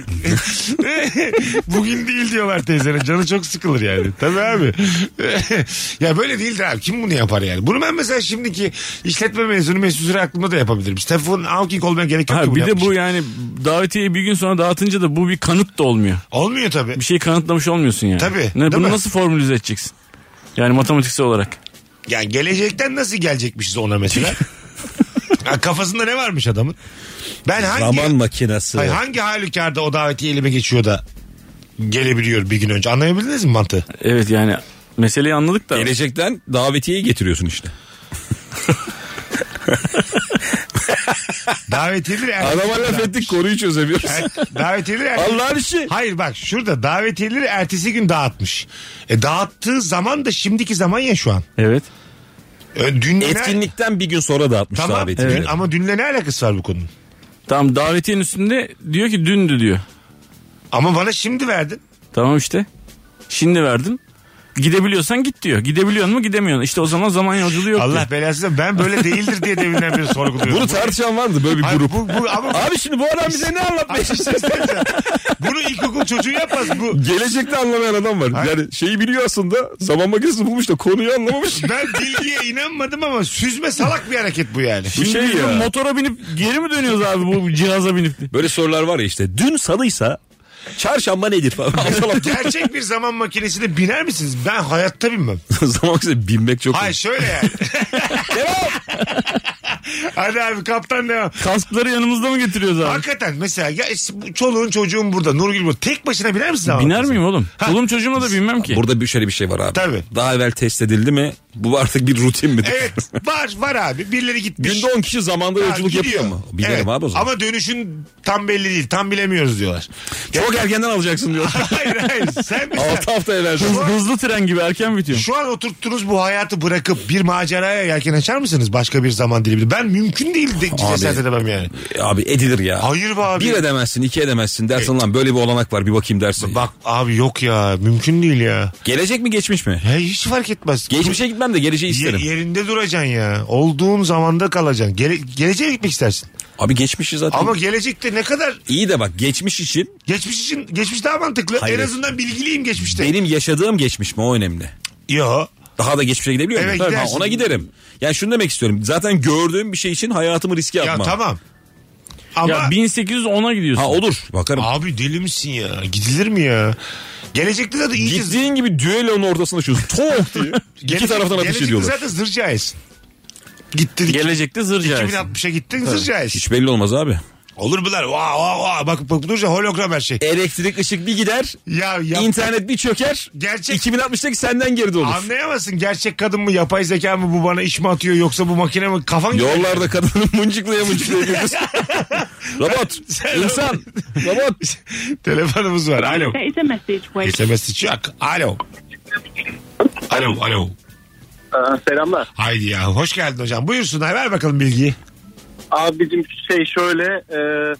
Bugün değil diyorlar teyzene, canı çok sıkılır yani. Tabii abi. Ya böyle değildir abi, kim bunu yapar yani? Bunu ben mesela şimdiki işletme mezunu Mesut Süre aklımda da yapabilirim. Stephen Hawking olmaya gerek yok. Ha, bir de yapmış. bu yani davetiyeyi bir gün sonra dağıtınca da bu bir kanıt da olmuyor. Olmuyor tabii. Bir şey kanıtlamış olmuyorsun yani. Tabii, Ne, değil bunu mi? nasıl formülize edeceksin? Yani matematiksel olarak. Yani gelecekten nasıl gelecekmişiz ona mesela? Ha, kafasında ne varmış adamın? Ben hangi... Zaman makinesi. Hayır, hangi halükarda o davetiye elime geçiyor da gelebiliyor bir gün önce? Anlayabildiniz mi mantığı? Evet yani meseleyi anladık da. Gelecekten davetiyeyi getiriyorsun işte. Davetiyeleri ertesi Adama laf ettik konuyu çözemiyoruz. Er, davetiyeleri ertesi... Allah'ın işi. Hayır bak şurada davetiyeleri ertesi gün dağıtmış. E, dağıttığı zaman da şimdiki zaman ya şu an. Evet. E, dünle Etkinlikten bir gün sonra dağıtmış Tamam davetiyeleri. evet. Ama dünle ne alakası var bu konunun? Tamam davetiyenin üstünde diyor ki dündü diyor. Ama bana şimdi verdin. Tamam işte. Şimdi verdim. Gidebiliyorsan git diyor. Gidebiliyor mu gidemiyorsun. İşte o zaman zaman yolculuğu yok Allah diyor. belasını, ben böyle değildir diye deminden beri sorguluyorum. Bunu tartışan vardı böyle bir Hayır, grup. bu, bu, ama Abi şimdi bu adam bize ne anlatmaya çalışıyor? bunu ilkokul çocuğu yapmaz bu. Gelecekte anlamayan adam var. Hayır. Yani şeyi biliyor aslında. Zaman makinesini bulmuş da konuyu anlamamış. Ben bilgiye inanmadım ama süzme salak bir hareket bu yani. Bu şey Biz bu ya. motora binip geri mi dönüyoruz abi bu cihaza binip? Böyle sorular var ya işte. Dün salıysa çarşamba nedir falan. Gerçek bir zaman makinesine biner misiniz? Ben hayatta binmem. Zaman makinesine binmek çok... Hayır şöyle yani. Devam. Hadi abi kaptan devam. Kaskları yanımızda mı getiriyoruz abi? Hakikaten mesela ya, çoluğun çocuğun burada, Nurgül burada. Tek başına biner misin zaman Biner makinesine? miyim oğlum? Ha. Çoluğum çocuğuma da binmem ki. Burada bir şöyle bir şey var abi. Tabii. Daha evvel test edildi mi? Bu artık bir rutin midir? Evet var var abi. Birileri gitmiş. Günde on kişi zamanda Ha, yolculuk gidiyor. yapıyor mu? Bilerim Evet. abi o zaman. Ama dönüşün tam belli değil. Tam bilemiyoruz diyorlar. Çok erkenden alacaksın diyor. hayır hayır. Sen mesela altı hafta evvel. Hız- hızlı tren gibi erken bitiyor. şu an oturttunuz bu hayatı bırakıp bir maceraya yelken açar mısınız başka bir zaman diliminde? Ben mümkün değil de cesaret edemem yani. Abi edilir ya. Hayır be abi. Bir edemezsin, iki edemezsin dersin lan böyle bir olanak var bir bakayım dersin. Bak abi yok ya, mümkün değil ya. Gelecek mi geçmiş mi? He, hiç fark etmez. Geçmişe gitmem de geleceği isterim. Ye- yerinde duracaksın ya. Olduğun zamanda kalacaksın. Gele- geleceğe gitmek istersin. Abi geçmişi zaten. Ama gelecekte ne kadar İyi de bak geçmiş için geçmiş için geçmiş daha mantıklı. Hayır. En azından bilgiliyim geçmişte. benim yaşadığım geçmiş mi o önemli. Yo. Daha da geçmişe gidebiliyor Evet, muyum? Tabii, ha, gidersin. ona giderim. Yani şunu demek istiyorum. Zaten gördüğüm bir şey için hayatımı riske Ya atmam. tamam. Ama Ya bin sekiz yüz ona gidiyorsun. Ha olur bakarım. abi deli misin ya? Gidilir mi ya? Gelecekte de iyice... Gittiğin gibi düellonun ortasına düşüyorsun. Tok diye. İki Gelecek- taraftan ateş gelecekte ediyorlar. zaten zır caizsin. Gittin. Gelecekte zır iki bin caizsin. altmışa gittin zır caizsin. Hiç belli olmaz abi. Olur mu lan? Vaa vaa vaa. Bak bak durunca hologram her şey. Elektrik ışık bir gider. Ya, ya İnternet bir çöker. Gerçek- iki bin altmıştaki senden geride olur. anlayamazsın, gerçek kadın mı, yapay zeka mı, bu bana iş mi atıyor yoksa bu makine mi, kafan gider. Yollarda kadının mıncıklaya mıncıklaya gidiyorsun. Robot. İnsan. Robot. Telefonumuz var. Alo. There is a message waiting. S M S yok. Alo. Alo alo. Aa, selamlar. Haydi ya, hoş geldin hocam. Buyursunlar, ver bakalım bilgiyi. Abi bizim şey şöyle e,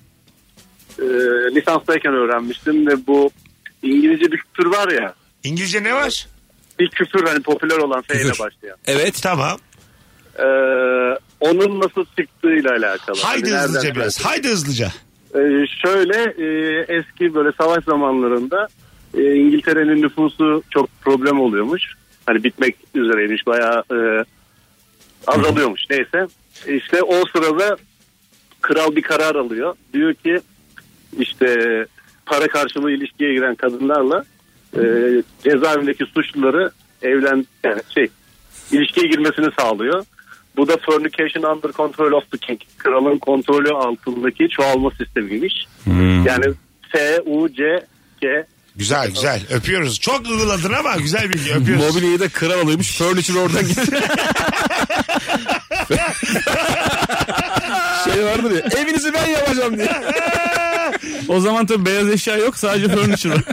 e, lisanstayken öğrenmiştim ve bu İngilizce bir küfür var ya. İngilizce ne var? Bir küfür hani popüler olan F ile Küfür. başlayan. Evet. Tamam. E, onun nasıl çıktığıyla alakalı. Haydi Hani hızlıca nereden biraz. çıktı? Haydi hızlıca. E, şöyle e, eski böyle savaş zamanlarında e, İngiltere'nin nüfusu çok problem oluyormuş. hani bitmek üzereymiş, bayağı e, azalıyormuş. Neyse işte o sırada kral bir karar alıyor. Diyor ki işte para karşılığı ilişkiye giren kadınlarla e, cezaevindeki suçluları evlen yani şey ilişkiye girmesini sağlıyor. Bu da fornication under control of the king. Kralın kontrolü altındaki çoğalma sistemiymiş. Hmm. Yani F U C K. Güzel güzel öpüyoruz. Çok ığıladın ama güzel bilgi öpüyoruz. Mobilyayı da kral alıyormuş. Furniture oradan gitti. Şey vardı ya, evinizi ben yapacağım diye. O zaman tabii beyaz eşya yok, sadece furniture var.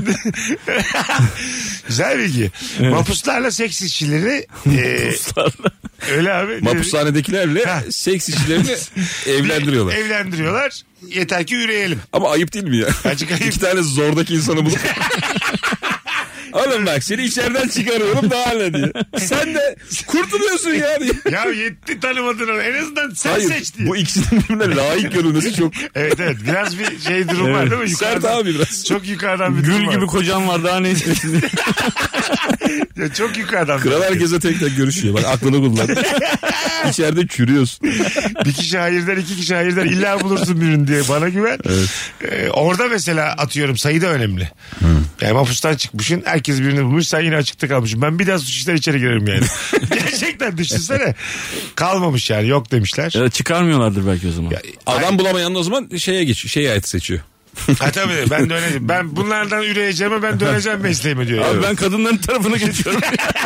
Güzel bilgi. Evet. Mapuslarla seks işçileri e, öyle abi. Mapushanedekilerle seks işçilerini evlendiriyorlar. Evlendiriyorlar. Yeter ki üreyelim. Ama ayıp değil mi ya? Açık ayıp. İki tane zordaki insanı bulup oğlum bak seni içeriden çıkarıyorum daha ne diye. Sen de kurtuluyorsun ya diye. Ya yetti tanımadın onu. En azından sen Hayır, seçtin. Bu ikisinin birbirine layık görülmesi çok. Evet evet. Biraz bir şey durum evet. var değil mi? Yukarıdan, sert abi biraz. Çok yukarıdan bir Gül durum var. Gül gibi kocam var daha ne istiyorsun? Ya çok yukarıdan. Kral herkese tek tek görüşüyor. Bak aklını kullan. İçeride çürüyorsun. Bir kişi hayır der, iki kişi hayır der. İlla bulursun birini diye. Bana güven. Evet. Ee, orada mesela atıyorum sayı da önemli. Hmm. Yani mahpustan çıkmışsın. Herkes birini bulmuş. Sen yine açıkta kalmışsın. Ben bir daha suç işler içeri girerim yani. Gerçekten düşünsene. Kalmamış yani. Yok demişler. Ya çıkarmıyorlardır belki o zaman. Ya, adam ay- bulamayan o zaman şeye geç, şeye ait seçiyor. Ha tabii ben de öyle. Ben bunlardan üreyeceğime ben döneceğim mesleğime diyor. Abi yani. Ben kadınların tarafına geçiyorum.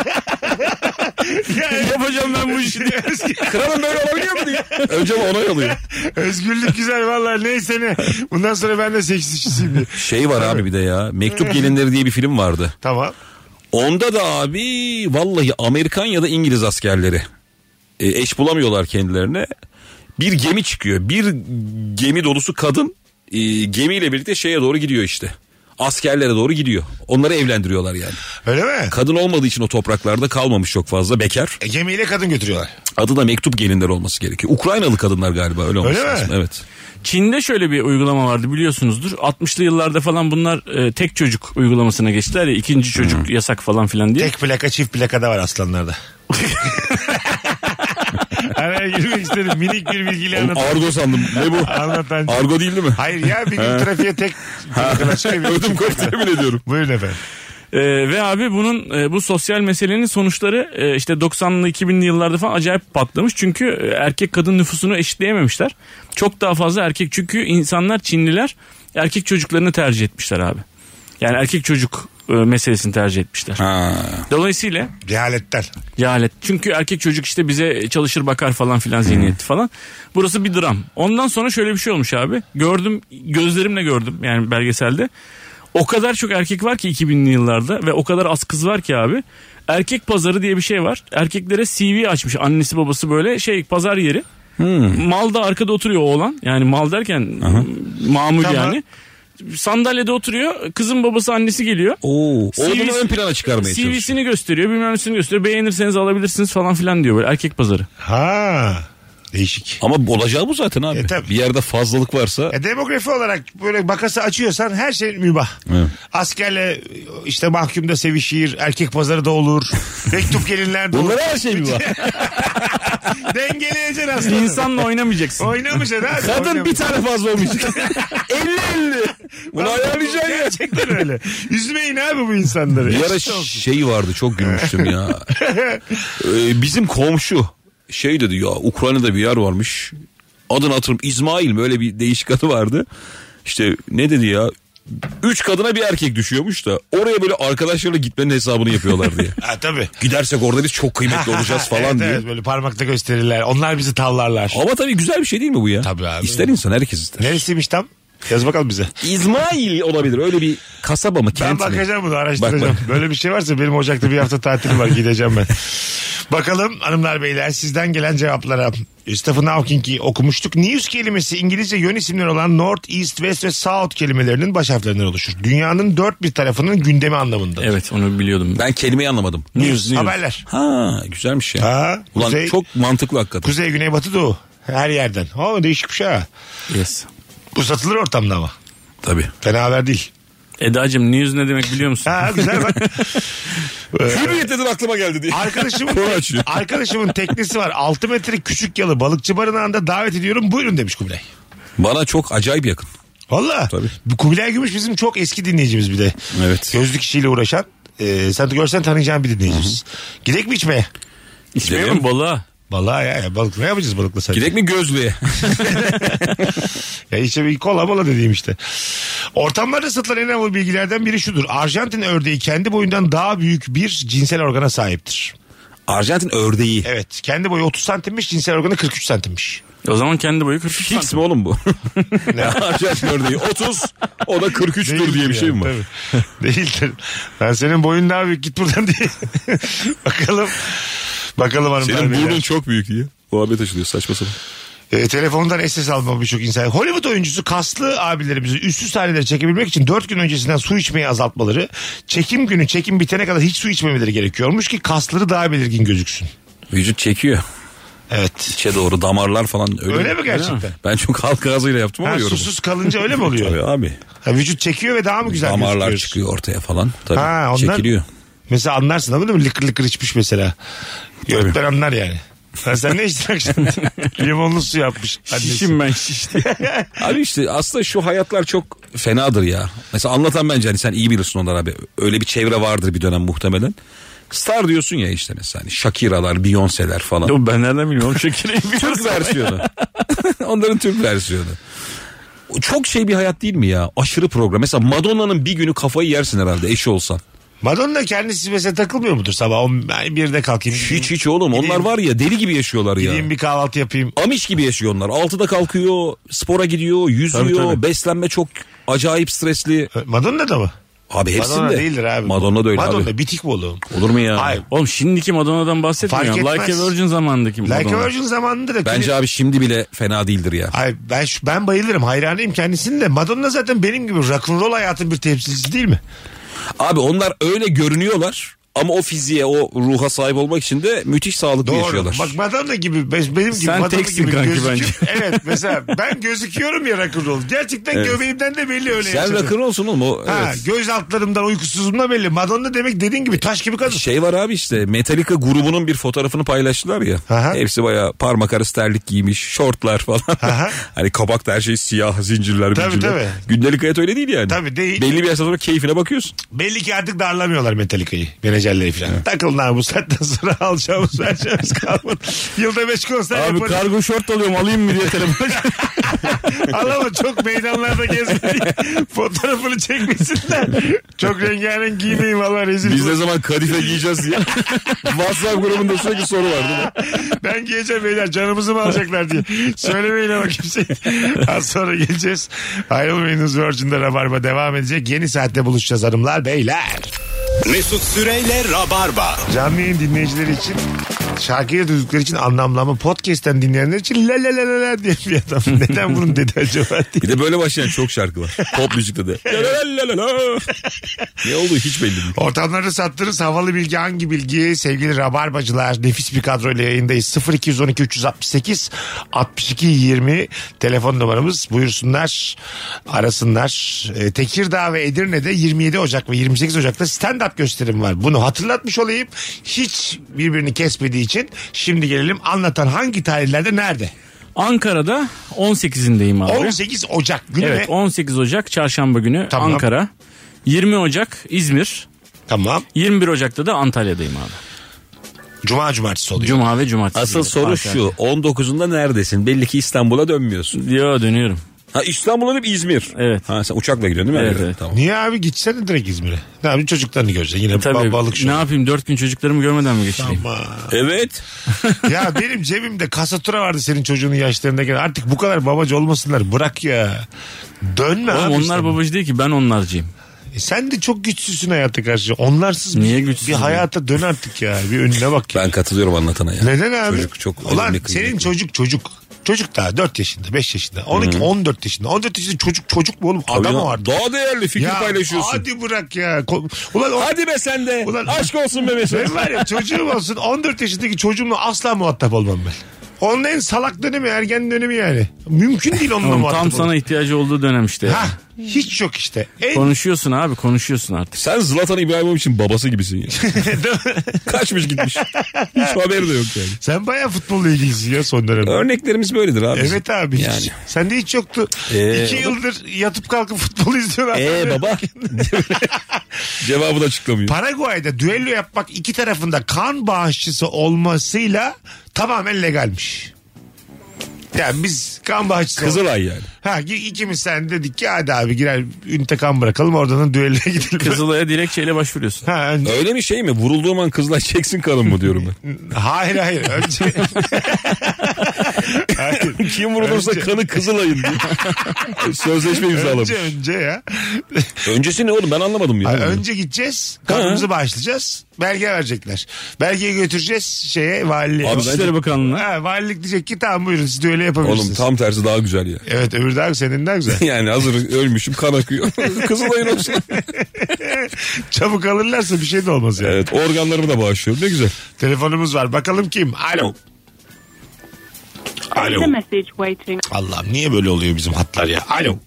Ya, yapacağım ben bu işi. Kralım böyle olabiliyor mu diye. Önce onay alıyor. Özgürlük güzel vallahi neyse ne. Bundan sonra ben de seks işçisiyim diye. Şey var abi bir de ya. Mektup Gelinleri diye bir film vardı. Tamam. Onda da abi vallahi Amerikan ya da İngiliz askerleri e, eş bulamıyorlar kendilerine. Bir gemi çıkıyor. Bir gemi dolusu kadın e, gemiyle birlikte şeye doğru gidiyor işte. Askerlere doğru gidiyor. Onları evlendiriyorlar yani. Öyle mi? Kadın olmadığı için o topraklarda kalmamış çok fazla bekar. E, gemiyle kadın götürüyorlar. Adı da Mektup Gelinler olması gerekiyor. Ukraynalı kadınlar galiba öyle olması öyle lazım. Mi? Evet. Çin'de şöyle bir uygulama vardı biliyorsunuzdur. altmışlı yıllarda falan bunlar e, tek çocuk uygulamasına geçtiler ya. İkinci çocuk hmm. yasak falan filan diye. Tek plaka çift plaka da var aslanlarda. Araya girmek istedim. Minik bir bilgiyle anlatayım. Argo sandım. Ne bu? Anlatan. Argo değil mi? Hayır ya bir gün trafiğe tek plakalar çıkıyor. Ödüm koptu emin ediyorum. Buyurun efendim. Ee, ve abi bunun e, bu sosyal meselenin sonuçları e, işte doksanlı iki binli yıllarda falan acayip patlamış. Çünkü e, erkek kadın nüfusunu eşitleyememişler. Çok daha fazla erkek çünkü insanlar Çinliler erkek çocuklarını tercih etmişler abi. Yani erkek çocuk e, meselesini tercih etmişler. Ha. Dolayısıyla cehaletten. Cehalet. Çünkü erkek çocuk işte bize çalışır bakar falan filan zihniyeti falan. Burası bir dram. Ondan sonra şöyle bir şey olmuş abi. Gördüm, gözlerimle gördüm yani belgeselde. O kadar çok erkek var ki iki binli yıllarda ve o kadar az kız var ki abi. Erkek pazarı diye bir şey var. Erkeklere C V açmış annesi babası böyle şey pazar yeri. Hmm. Mal da arkada oturuyor oğlan. Yani mal derken Aha. mamul tamam. yani. Sandalyede oturuyor. Kızın babası annesi geliyor. Oo, oğlunu ön plana çıkarmaya çalışıyor. C V'sini gösteriyor. Bilmem nesini gösteriyor. Beğenirseniz alabilirsiniz falan filan diyor böyle erkek pazarı. Ha. Değişik. Ama olacağı bu zaten abi. E, bir yerde fazlalık varsa. E, demografi olarak böyle makası açıyorsan her şey mübah. Evet. Askerle işte mahkumda sevişir, erkek pazarı da olur. Mektup gelinler de olur. Bunlara her şey mübah. Dengeleyeceksin aslında. İnsanla oynamayacaksın. Oynamayacaksın abi. Kadın oynamayacaksın. Bir tane fazla olmayacak. elli elli. Bunu ayarlayacaksın ya. Gerçekten öyle. Üzmeyin abi bu insanları. Bir ara şey vardı çok gülmüştüm ya. ee, bizim komşu. Şey dedi ya Ukrayna'da bir yer varmış. Adını hatırlamıyorum. İsmail mi öyle bir değişik adı vardı. İşte ne dedi ya? Üç kadına bir erkek düşüyormuş da oraya böyle arkadaşlarla gitmenin hesabını yapıyorlar diye. Ha tabii. Gidersek orada biz çok kıymetli olacağız falan evet, diye. Evet böyle parmakla gösterirler. Onlar bizi tavlarlar. Ama tabii güzel bir şey değil mi bu ya? Tabii abi. İster insan herkes ister. Neresiymiş tam? Yaz bakalım bize. İsmail olabilir. Öyle bir kasaba mı kent mi? Ben bakacağım bunu araştıracağım. Bak, bak. Böyle bir şey varsa benim Ocak'ta bir hafta tatilim var gideceğim ben. Bakalım hanımlar beyler sizden gelen cevaplara. Stephen Hawking'i okumuştuk. News kelimesi İngilizce yön isimleri olan North, East, West ve South kelimelerinin baş harflerinden oluşur. Dünyanın dört bir tarafının gündemi anlamında. Evet onu biliyordum. Ben kelimeyi anlamadım. News, News. Haberler. Ha güzelmiş ya. Ha, Ulan kuzey, çok mantıklı hakikaten. Kuzey, güney, batı, doğu. Her yerden. Ha değişik bir şey ha. Yes. Bu satılır ortamda ama. Tabii. Fena haber değil. Eda'cığım news ne demek biliyor musun? Ha güzel bak. Hürriyet dedin aklıma geldi diye. Arkadaşımın, Konu açıyor. arkadaşımın teknesi var. altı metre küçük yalı balıkçı barınağında davet ediyorum. Buyurun demiş Kubilay. Bana çok acayip yakın. Valla. Tabii. Bu Kubilay Gümüş bizim çok eski dinleyicimiz bir de. Evet. Gözlük işiyle uğraşan. E, sen de görsen tanıyacağın bir dinleyicimiz. Gidek mi içmeye? İçmeye Gidelim. mi balığa? Vallahi ya, ya balık ne yapacağız balıkla sen? Gidek mi gözlüğe? Ya işte bir kola mola dediğim işte. Ortamlarda satılan en havalı bilgilerden biri şudur. Arjantin ördeği kendi boyundan daha büyük bir cinsel organa sahiptir. Arjantin ördeği. Evet. Kendi boyu otuz santimmiş, cinsel organı kırk üç santimmiş. O zaman kendi boyu kırk üç Fix mi santim. oğlum bu? Arjantin ördeği otuz, o da kırk üçtür Değildir diye bir şey yani, mi var? tabii. Değildir. Ben senin boyun daha büyük, git buradan diye. Bakalım. Bakalım hanımlar. Senin beyler. burnun çok büyük diye. Muhabbet açılıyor saçma sapan. E, telefondan S S almam birçok insan. Hollywood oyuncusu kaslı abilerimizi üstsüz sahneleri çekebilmek için dört gün öncesinden su içmeyi azaltmaları, çekim günü çekim bitene kadar hiç su içmemeleri gerekiyormuş ki kasları daha belirgin gözüksün. Vücut çekiyor. Evet. İçe doğru damarlar falan. Öyle, Öyle mi gerçekten? Ben çok halk ağzıyla yaptım ama Ha, yorumu. susuz kalınca öyle mi oluyor? Tabii abi. Ha, vücut çekiyor ve daha mı güzel Damarlar gözüküyoruz? çıkıyor ortaya falan. Tabii Ha, onlar- çekiliyor. Mesela anlarsın ama değil mi? Lıkır lıkır içmiş mesela. Gökler anlar yani. Ha, sen ne içtin akşam? Limonlu su yapmış. annesi. Şişim ben şişti. Abi işte aslında şu hayatlar çok fenadır ya. Mesela anlatan bence hani sen iyi bilirsin onlar abi. Öyle bir çevre vardır bir dönem muhtemelen. Star diyorsun ya işte mesela hani Shakira'lar, Beyoncé'ler falan. Yo, ben nereden bilmiyorum şekereyi Türk versiyonu. Onların Türk versiyonu. Çok şey bir hayat değil mi ya? Aşırı program. Mesela Madonna'nın bir günü kafayı yersin herhalde eşi olsan. Madonna kendisi mesela takılmıyor mudur sabah? on birde kalkayım. Hiç hiç oğlum. Gideyim- Onlar var ya deli gibi yaşıyorlar ya. Gideyim bir kahvaltı yapayım. Amiş gibi yaşıyor onlar. Altıda kalkıyor, spora gidiyor, yüzüyor, Tabii, tabii. beslenme çok acayip stresli. Madonna da mı? Abi hepsinde. Madonna değildir abi. Madonna da öyle Madonna abi. bitik mi oğlum? Olur mu ya? Hayır. Oğlum şimdiki Madonna'dan bahsetmiyorum. Fark Like etmez. a Virgin zamanındaki Madonna. Like a Virgin zamanında da. Bence abi şimdi bile fena değildir ya. Hayır, ben, şu- ben bayılırım, hayranıyım kendisinin de. Madonna zaten benim gibi rock'n'roll hayatın bir temsilcisi değil mi? Abi onlar öyle görünüyorlar ama o fiziğe, o ruha sahip olmak için de müthiş sağlıklı Doğru. yaşıyorlar. Bak Madonna gibi, benim gibi Sen Madonna teksin gibi kanki gözüküyor. bence. Evet mesela ben gözüküyorum ya rock'n'roll. Gerçekten Evet. göbeğimden de belli öyle. Sen yaşadım. rock'n'rollsun oğlum o. Ha, Evet. göz altlarımdan uykusuzluğumdan belli. Madonna demek dediğin gibi taş gibi kadın. Şey var abi işte Metallica grubunun bir fotoğrafını paylaştılar ya. Aha. Hepsi baya parmak arası terlik giymiş, şortlar falan. Aha. Hani kabakta her şey siyah, zincirler, Tabii, zincirler. tabii. Gündelik hayat öyle değil yani. Tabii değil. Belli bir yaştan sonra keyfine bakıyorsun. Belli ki artık darlamıyorlar Metallica'yı. Menajerleri falan. Takılın abi bu saatten sonra alacağımız vereceğimiz kalmadı. Yılda beş konser Abi yaparız. kargo şort alıyorum alayım mı diye telefon. Al ama çok meydanlarda gezmeyi fotoğrafını çekmesinler. Çok rengarenk giymeyin valla rezil. Biz olur. ne zaman kadife giyeceğiz diye. WhatsApp grubunda sürekli soru var değil mi? Ben giyeceğim beyler canımızı mı alacaklar diye. Söylemeyin ama kimse. Az sonra geleceğiz. Ayrılmayınız, Virgin'de Rabarba devam edecek. Yeni saatte buluşacağız hanımlar beyler. Mesut Süreyle Rabarba. Canlı yayın dinleyicileri için, şarkıyı duydukları için anlamlama, podcast'ten dinleyenler için la la la la la diye bir adam. Neden bunu dedi acaba diye. Bir de böyle başlayan çok şarkı var. Pop müzikte de. La la la la. Ne olduğu hiç belli değil. Ortamlarda sattığınız havalı bilgi hangi bilgi? Sevgili Rabarbacılar, nefis bir kadroyla yayındayız. sıfır iki on iki üç altı sekiz altmış iki yirmi telefon numaramız. Buyursunlar, arasınlar. Ee, Tekirdağ ve Edirne'de yirmi yedi Ocak ve yirmi sekiz Ocak'ta stand-up gösterim var. Bunu hatırlatmış olayım. Hiç birbirini kesmediği için şimdi gelelim, anlatan hangi tarihlerde nerede? Ankara'da on sekizindeyim abi. on sekiz Ocak günü Evet ve... on sekiz Ocak çarşamba günü Tamam. Ankara. yirmi Ocak İzmir. Tamam. yirmi bir Ocak'ta da Antalya'dayım abi. Cuma cumartesi oluyor. Cuma ve cumartesi. Asıl soru Ankara. şu. on dokuzunda neredesin? Belli ki İstanbul'a dönmüyorsun. Yo dönüyorum. Ha İstanbul'a dönüp İzmir. Evet. Ha sen uçakla gidiyorsun değil mi? Evet, evet. Tamam. Niye abi, gitsene direkt İzmir'e. Ne abi, çocuklarını göreceksin. Yine Tabii ba- balık şu. ne yapayım dört gün çocuklarımı görmeden mi geçireyim? Ama... Evet. Ya benim cebimde kasatura vardı senin çocuğunun yaşlarındayken. Artık bu kadar babacı olmasınlar. Bırak ya. Dönme Oğlum abi. onlar İstanbul'a. babacı değil ki ben onlarcıyım. E sen de çok güçsüzsün hayata karşı. Onlarsız Niye bir, güçsüzüm bir hayata dön artık ya. Bir önüne bak ya. Ben katılıyorum anlatana ya. Neden abi? Çocuk çok Ulan önemli, senin kıymetli. çocuk çocuk. Çocuk daha dört yaşında, beş yaşında, on iki, on dört yaşında. on dört yaşında çocuk çocuk mu oğlum? Adam Tabii mı ya, var? Daha değerli fikir Ya paylaşıyorsun. Hadi, hadi bırak ya. Ko- Ulan o... be sen de. Ulan- Aşk olsun be Mesut. Ben var ya, çocuğum olsun, on dört yaşındaki çocuğumla asla muhatap olmam ben. Onun en salak dönemi, ergen dönemi yani. Mümkün değil onunla Oğlum, muhatap tam olmak. sana ihtiyacı olduğu dönem işte. Ha, Hiç yok işte. En... Konuşuyorsun abi, konuşuyorsun artık. Sen Zlatan İbrahimovic'in babası gibisin ya. Kaçmış gitmiş. Hiç haberi de yok yani. Sen bayağı futbolla ilgilisin ya son dönemde. Örneklerimiz böyledir abi. Evet abi. Yani. Hiç. Sende hiç yoktu. Ee, İki yıldır yatıp kalkıp futbol izliyorlar. Eee baba. Cevabı da açıklamıyor. Paraguay'da düello yapmak iki tarafında kan bağışçısı olmasıyla tamamen legalmiş. Yani biz kan bağışçısı Kızılay yani. Ha ikimiz sen dedik ki hadi abi girer ünite kan bırakalım oradan da düelloya gidelim. Kızılay'a dilekçeyle başvuruyorsun. Ha, önce... Öyle mi şey mi? Vurulduğum an Kızılay çeksin kanım mı diyorum ben. Hayır hayır. Önce... hayır. Kim vurulursa önce... kanı Kızılay'ın diye. Sözleşme imzalamış. Önce önce ya. Öncesi ne oğlum ben anlamadım ya. Hayır, önce gideceğiz. Kanımızı bağışlayacağız. Belge verecekler. Belgeyi götüreceğiz şeye valiliğe. Abi İçişleri Bakanlığı'na. Ha, valilik diyecek ki tamam buyurun siz de öyle yapabilirsiniz. Oğlum tam tersi daha güzel ya. Evet öbür daha senin daha güzel. Yani hazır ölmüşüm kan akıyor. Kızılay'ın olsun. Çabuk alırlarsa bir şey de olmaz yani. Evet organlarımı da bağışlıyorum ne güzel. Telefonumuz var bakalım kim? Alo. Alo. Allah'ım niye böyle oluyor bizim hatlar ya? Alo.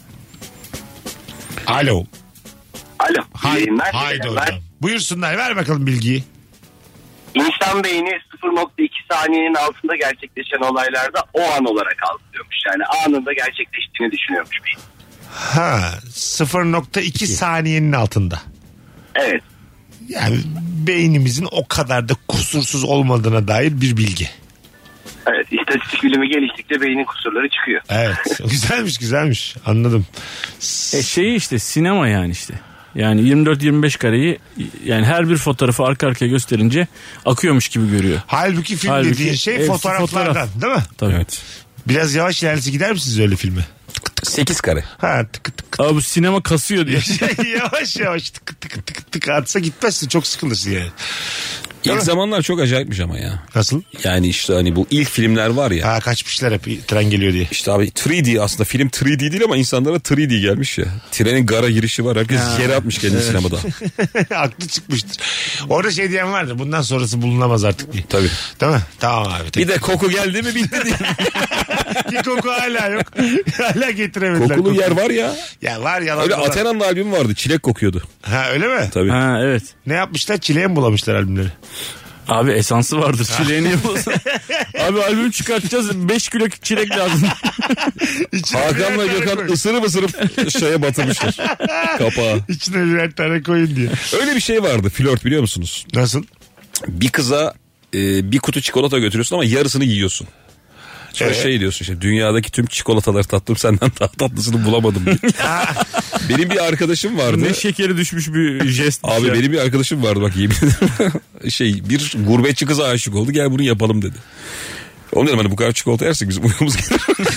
Alo. Alo. Hay, Yayınlar. haydi hocam. Buyursunlar ver bakalım bilgiyi. İnsan beyni sıfır nokta iki saniyenin altında gerçekleşen olaylarda o an olarak algılıyormuş. Yani anında gerçekleştiğini düşünüyormuş beyin. Ha sıfır nokta iki saniyenin altında. Evet. Yani beynimizin o kadar da kusursuz olmadığına dair bir bilgi. Evet istatistik bilimi geliştikçe beynin kusurları çıkıyor. Evet güzelmiş güzelmiş anladım. E şeyi işte sinema yani işte. Yani yirmi dört yirmi beş kareyi yani her bir fotoğrafı arka arkaya gösterince akıyormuş gibi görüyor. Halbuki film Halbuki dediğin şey hepsi fotoğraflardan fotoğraf. değil mi? Tabii. Evet. Biraz yavaş ilerlese gider misiniz öyle filme? sekiz kare. Ha tık tık. Abi bu sinema kasıyor diye. yavaş yavaş tık tık tık tık atsa gitmezsin çok sıkılırsın yani. İlk zamanlar çok acayipmiş ama ya. Nasıl? Yani işte hani bu ilk filmler var ya. Ha kaçmışlar hep tren geliyor diye. İşte abi üç D aslında film üç D değil ama insanlara üç D gelmiş ya. Trenin gara girişi var. Herkes ha. yere atmış kendini evet. sinemada. Aklı çıkmıştır. Orada şey diyen vardır. Bundan sonrası bulunamaz artık diye. Tabii. Değil mi? Tamam abi. Tek... Bir de koku geldi mi bitti diye. Bir koku hala yok. Hala getiremediler. Kokulu koku. yer var ya. Ya var yalan. Öyle Athena'nın albümü vardı. Çilek kokuyordu. Ha öyle mi? Tabii. Ha evet. Ne yapmışlar? Çileğe mi bulamışlar albümleri? Abi esansı vardır. Çileğini yapılsın. Abi albüm çıkartacağız. beş kilo çilek lazım. Hakan'la Gökhan ısırıp ısırıp şeye batırmışlar. Kapağı. İçine birer tane koyun diye. Öyle bir şey vardı flört biliyor musunuz? Nasıl? Bir kıza e, bir kutu çikolata götürüyorsun ama yarısını yiyorsun. Sonra evet. şey diyorsun işte dünyadaki tüm çikolataları tattım senden daha tatlısını bulamadım diye. Benim bir arkadaşım vardı. Ne şekeri düşmüş bir jest. Abi ya. Benim bir arkadaşım vardı bak yemin ederim. şey bir gurbetçi kıza aşık oldu gel bunu yapalım dedi. Onu dedim hani bu kadar çikolata yersek bizim uyumuz gelir.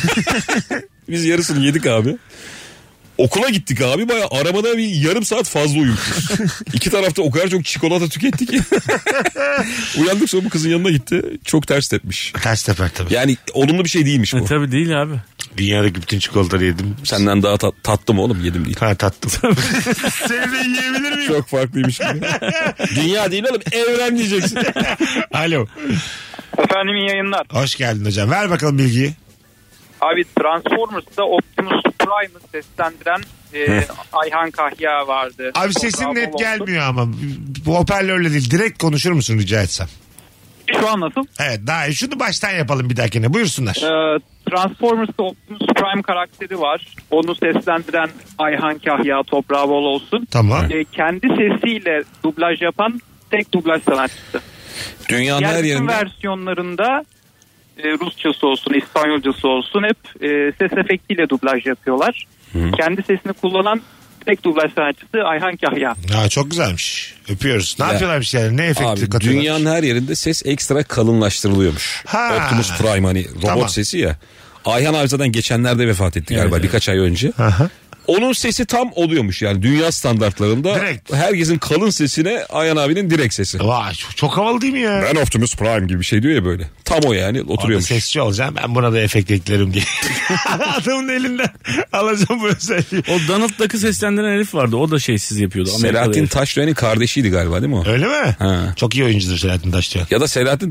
Biz yarısını yedik abi. Okula gittik abi baya arabada bir yarım saat fazla uyumuşuz. İki tarafta o kadar çok çikolata tükettik ki. Uyandık sonra bu kızın yanına gitti. Çok ters tepmiş. Ters teper tabii. Yani olumlu bir şey değilmiş bu. E, tabii değil abi. Dünyadaki bütün çikolataları yedim. Senden daha tat, tattım oğlum yedim değil. Ha tattım. Seni de yiyebilir miyim? Çok farklıymış gibi. Dünya değil oğlum evren diyeceksin. Alo. Efendim iyi yayınlar. Hoş geldin hocam. Ver bakalım bilgiyi. Abi Transformers'ta Optimus Prime'ı seslendiren e, Ayhan Kahya vardı. Abi sesin net gelmiyor ama. Bu hoparlörle değil. Direkt konuşur musun rica etsem? Şu an nasıl? Evet daha iyi. Şunu baştan yapalım bir dahakine. Buyursunlar. Ee, Transformers'ta Optimus Prime karakteri var. Onu seslendiren Ayhan Kahya toprağı bol olsun. Tamam. Ee, kendi sesiyle dublaj yapan tek dublaj sanatçısı. Dünyanın her yerinde. Diğer versiyonlarında e, Rusçası olsun, İspanyolcası olsun hep e, ses efektiyle dublaj yapıyorlar. Hı. Kendi sesini kullanan tek dublaj sanatçısı Ayhan Kahya. Ha, çok güzelmiş. Öpüyoruz. Ne ya, yapıyorlarmış yani? Ne efekti abi, katıyorlar? Dünyanın her yerinde ses ekstra kalınlaştırılıyormuş. Ha. Optimus Prime hani robot tamam. sesi ya. Ayhan abi zaten geçenlerde vefat etti galiba evet, birkaç evet. ay önce. Aha. Onun sesi tam oluyormuş yani dünya standartlarında. Direkt. Herkesin kalın sesine Ayhan abinin direkt sesi. Vay çok, çok havalı değil mi ya? Ben Optimus Prime gibi bir şey diyor ya böyle. Tam o yani oturuyormuş. Orada sesçi olacağım ben buna da efekt eklerim diye. Adamın elinden alacağım bu özelliği. O Donald Duck'ı seslendiren herif vardı o da şeysiz yapıyordu. Selahattin Taşdöğen'in kardeşiydi galiba değil mi o? Öyle mi? Ha. Çok iyi oyuncudur Selahattin Taşdöğen. Ya da Selahattin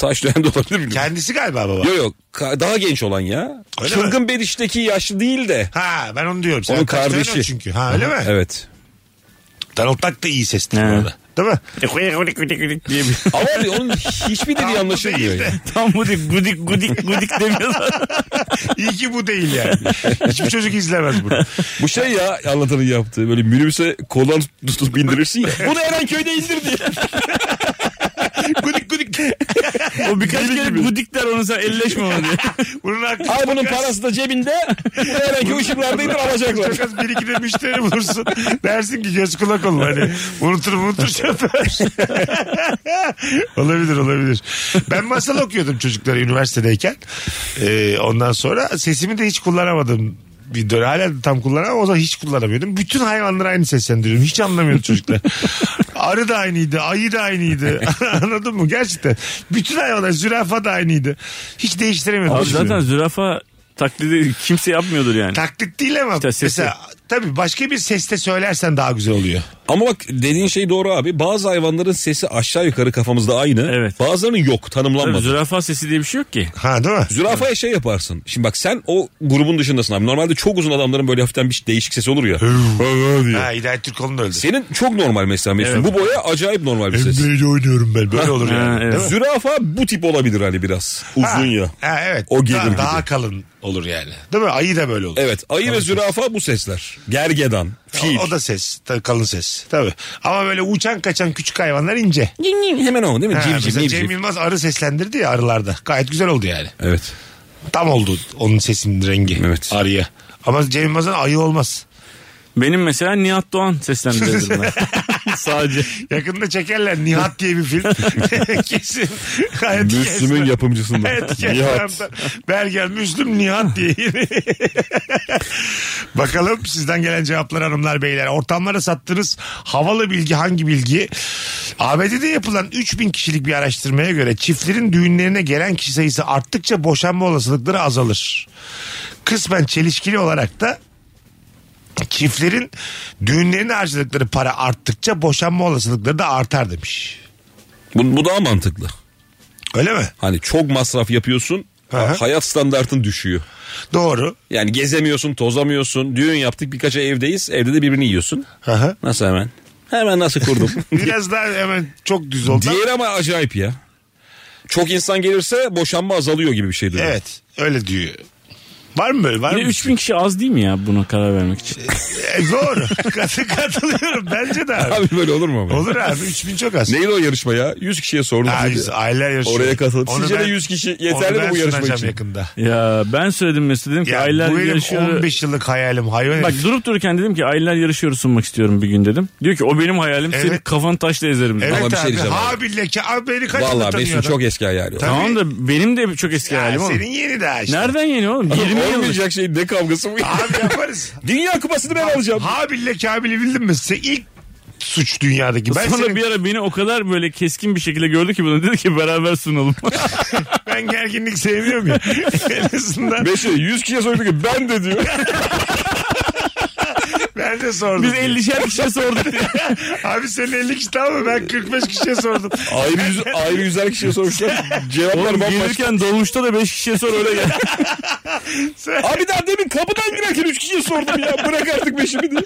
Taş dönen de olabilir mi? Kendisi galiba baba. Yok yok ka- daha genç olan ya. Öyle Çılgın Bediş'teki yaşlı değil de. Ha ben onu diyorum. Sen Onun Taş Dönen kardeşi. çünkü. Ha öyle mi? Evet. Donald Duck da iyi sesli bu He. arada. Değil mi? diye bir... Ama abi onun hiçbir dediği anlaşılmıyor. Değil ya. de. Tam gudik gudik gudik gudik demiyorlar. İyi ki bu değil yani. Hiçbir çocuk izlemez bunu. Bu şey ya anlatanın yaptığı böyle minibüse koldan tutup bindirirsin ya. Bunu Erenköy'de indir diye. Gudik gudik. O birkaç kere gudik der onu sen elleşme onu diye. Bunun aklı Ay bunun çok az. parası da cebinde. Bu Erenköy ışıklarda indir alacaklar. Çok az bir iki de müşteri bulursun. Dersin ki göz kulak ol. Hani unutur unutur şoför. Olabilir olabilir. Ben masal okuyordum çocuklara üniversitedeyken. Ee, ondan sonra sesimi de hiç kullanamadım. Bir dönem hala da tam kullanamam, o zaman hiç kullanamıyordum. Bütün hayvanları aynı seslendiriyorum. Hiç anlamıyordu çocuklar. Arı da aynıydı, ayı da aynıydı. Anladın mı? Gerçekten. Bütün hayvanlar, zürafa da aynıydı. Hiç değiştiremiyordum. Abi zaten zürafa taklidi kimse yapmıyordur yani. Taklit değil ama İşte sesi. mesela tabii başka bir seste söylersen daha güzel oluyor. Ama bak dediğin şey doğru abi. Bazı hayvanların sesi aşağı yukarı kafamızda aynı. Evet. Bazılarının yok, Tabii tanımlanmadı. zürafa sesi diye bir şey yok ki. Ha değil mi? Zürafaya şey yaparsın. Şimdi bak sen o grubun dışındasın abi. Normalde çok uzun adamların böyle hafiften bir değişik sesi olur ya. Ha Hidayet Türkoğlu'nun da öldü. Senin çok normal mesela Mesut. Evet. Bu boya acayip normal bir ses. Böyle oynuyorum ben. Böyle olur yani. Ha, evet. Değil mi? Zürafa bu tip olabilir hani biraz. Uzun Ha, ya. Ha, evet. O gelir daha, gibi. daha kalın olur yani. Değil mi? Ayı da böyle olur. Evet ayı Kalın ve ses. zürafa bu sesler. Gergedan, fil. O, o da ses. Tabii kalın ses. Tabii. Ama böyle uçan kaçan küçük hayvanlar ince. Hemen o değil mi? Ha, Civciv, mesela mivciv. Cem Yılmaz arı seslendirdi ya arılarda. Gayet güzel oldu yani. Evet. Tam oldu onun sesinin rengi. Evet. Arıya. Ama Cem Yılmaz'ın ayı olmaz. Benim mesela Nihat Doğan seslendirebilirim ben. Sadece. Yakında çekerler Nihat diye bir film. Kesin. Gayet Müslüm'ün kesin. yapımcısından. Evet, Nihat. Berger Müslüm Nihat diye. Bakalım sizden gelen cevaplar hanımlar beyler. Ortamlara sattığınız havalı bilgi hangi bilgi? A B D'de yapılan üç bin kişilik bir araştırmaya göre çiftlerin düğünlerine gelen kişi sayısı arttıkça boşanma olasılıkları azalır. Kısmen çelişkili olarak da çiftlerin düğünlerine harcadıkları para arttıkça boşanma olasılıkları da artar demiş. Bu, bu daha mantıklı. Öyle mi? Hani çok masraf yapıyorsun. Aha. Hayat standartın düşüyor. Doğru. Yani gezemiyorsun, tozamıyorsun. Düğün yaptık birkaç ay evdeyiz. Evde de birbirini yiyorsun. Aha. Nasıl hemen? Hemen nasıl kurdum? Biraz daha hemen çok düz oldu. Diğeri ama acayip ya. Çok insan gelirse boşanma azalıyor gibi bir şey diyor. Evet öyle diyor. Var mı böyle? Var Bir de mı? üç bin kişi az değil mi ya buna karar vermek için? E, doğru. Kat- Katılıyorum bence de abi. Abi böyle olur mu ama? Olur abi üç bin çok az. Neydi o yarışma ya? yüz kişiye sordum. Ha, Çünkü biz aileler yarışıyor. oraya katılıp. Onu Sizce de ben- yüz kişi onu yeterli mi ben bu yarışma sunacağım için? yakında. Ya ben söyledim Mesut, dedim ki Ya, aileler bu benim yarışıyor. on beş yıllık hayalim hayvan Bak herif. durup dururken dedim ki aileler yarışıyor sunmak istiyorum bir gün dedim. Diyor ki o benim hayalim, Evet. senin kafanı taşla ezerim. dedim. Evet Ama bir şey abi. diyeceğim abi. Habille ki abi beni kaç yıldır Valla tanıyor Mesut adam. çok eski hayali. Tabii. Tamam da benim de çok eski Ya, hayalim oğlum. senin yeni daha işte. Nereden yeni oğlum? yirmi yıllık. Olmayacak şey ne kavgası bu? Abi yaparız. Dünya kupasını ben alacağım. Habille Kabil'i bildin mi? Sen ilk suç dünyadaki. Ben, Sonra senin, bir ara beni o kadar böyle keskin bir şekilde gördü ki bunu, dedi ki beraber sunalım. ben gerginlik sevmiyorum ya. En azından Beşe yüz kişiye sordu ki ben de diyor. ben de sordum. Biz ellişer kişiye sorduk diye. Abi senin elli kişi tamam mı? Ben kırk beş kişiye sordum. ayrı yüz, ayrı yüzer kişiye sormuşlar. Cevaplar Oğlum bambaşka. gelirken dolmuşta da beş kişiye sor öyle gel. Sen- Abi daha demin kapıdan girerken üç kişiye sordum ya. Bırak artık beşimi diye.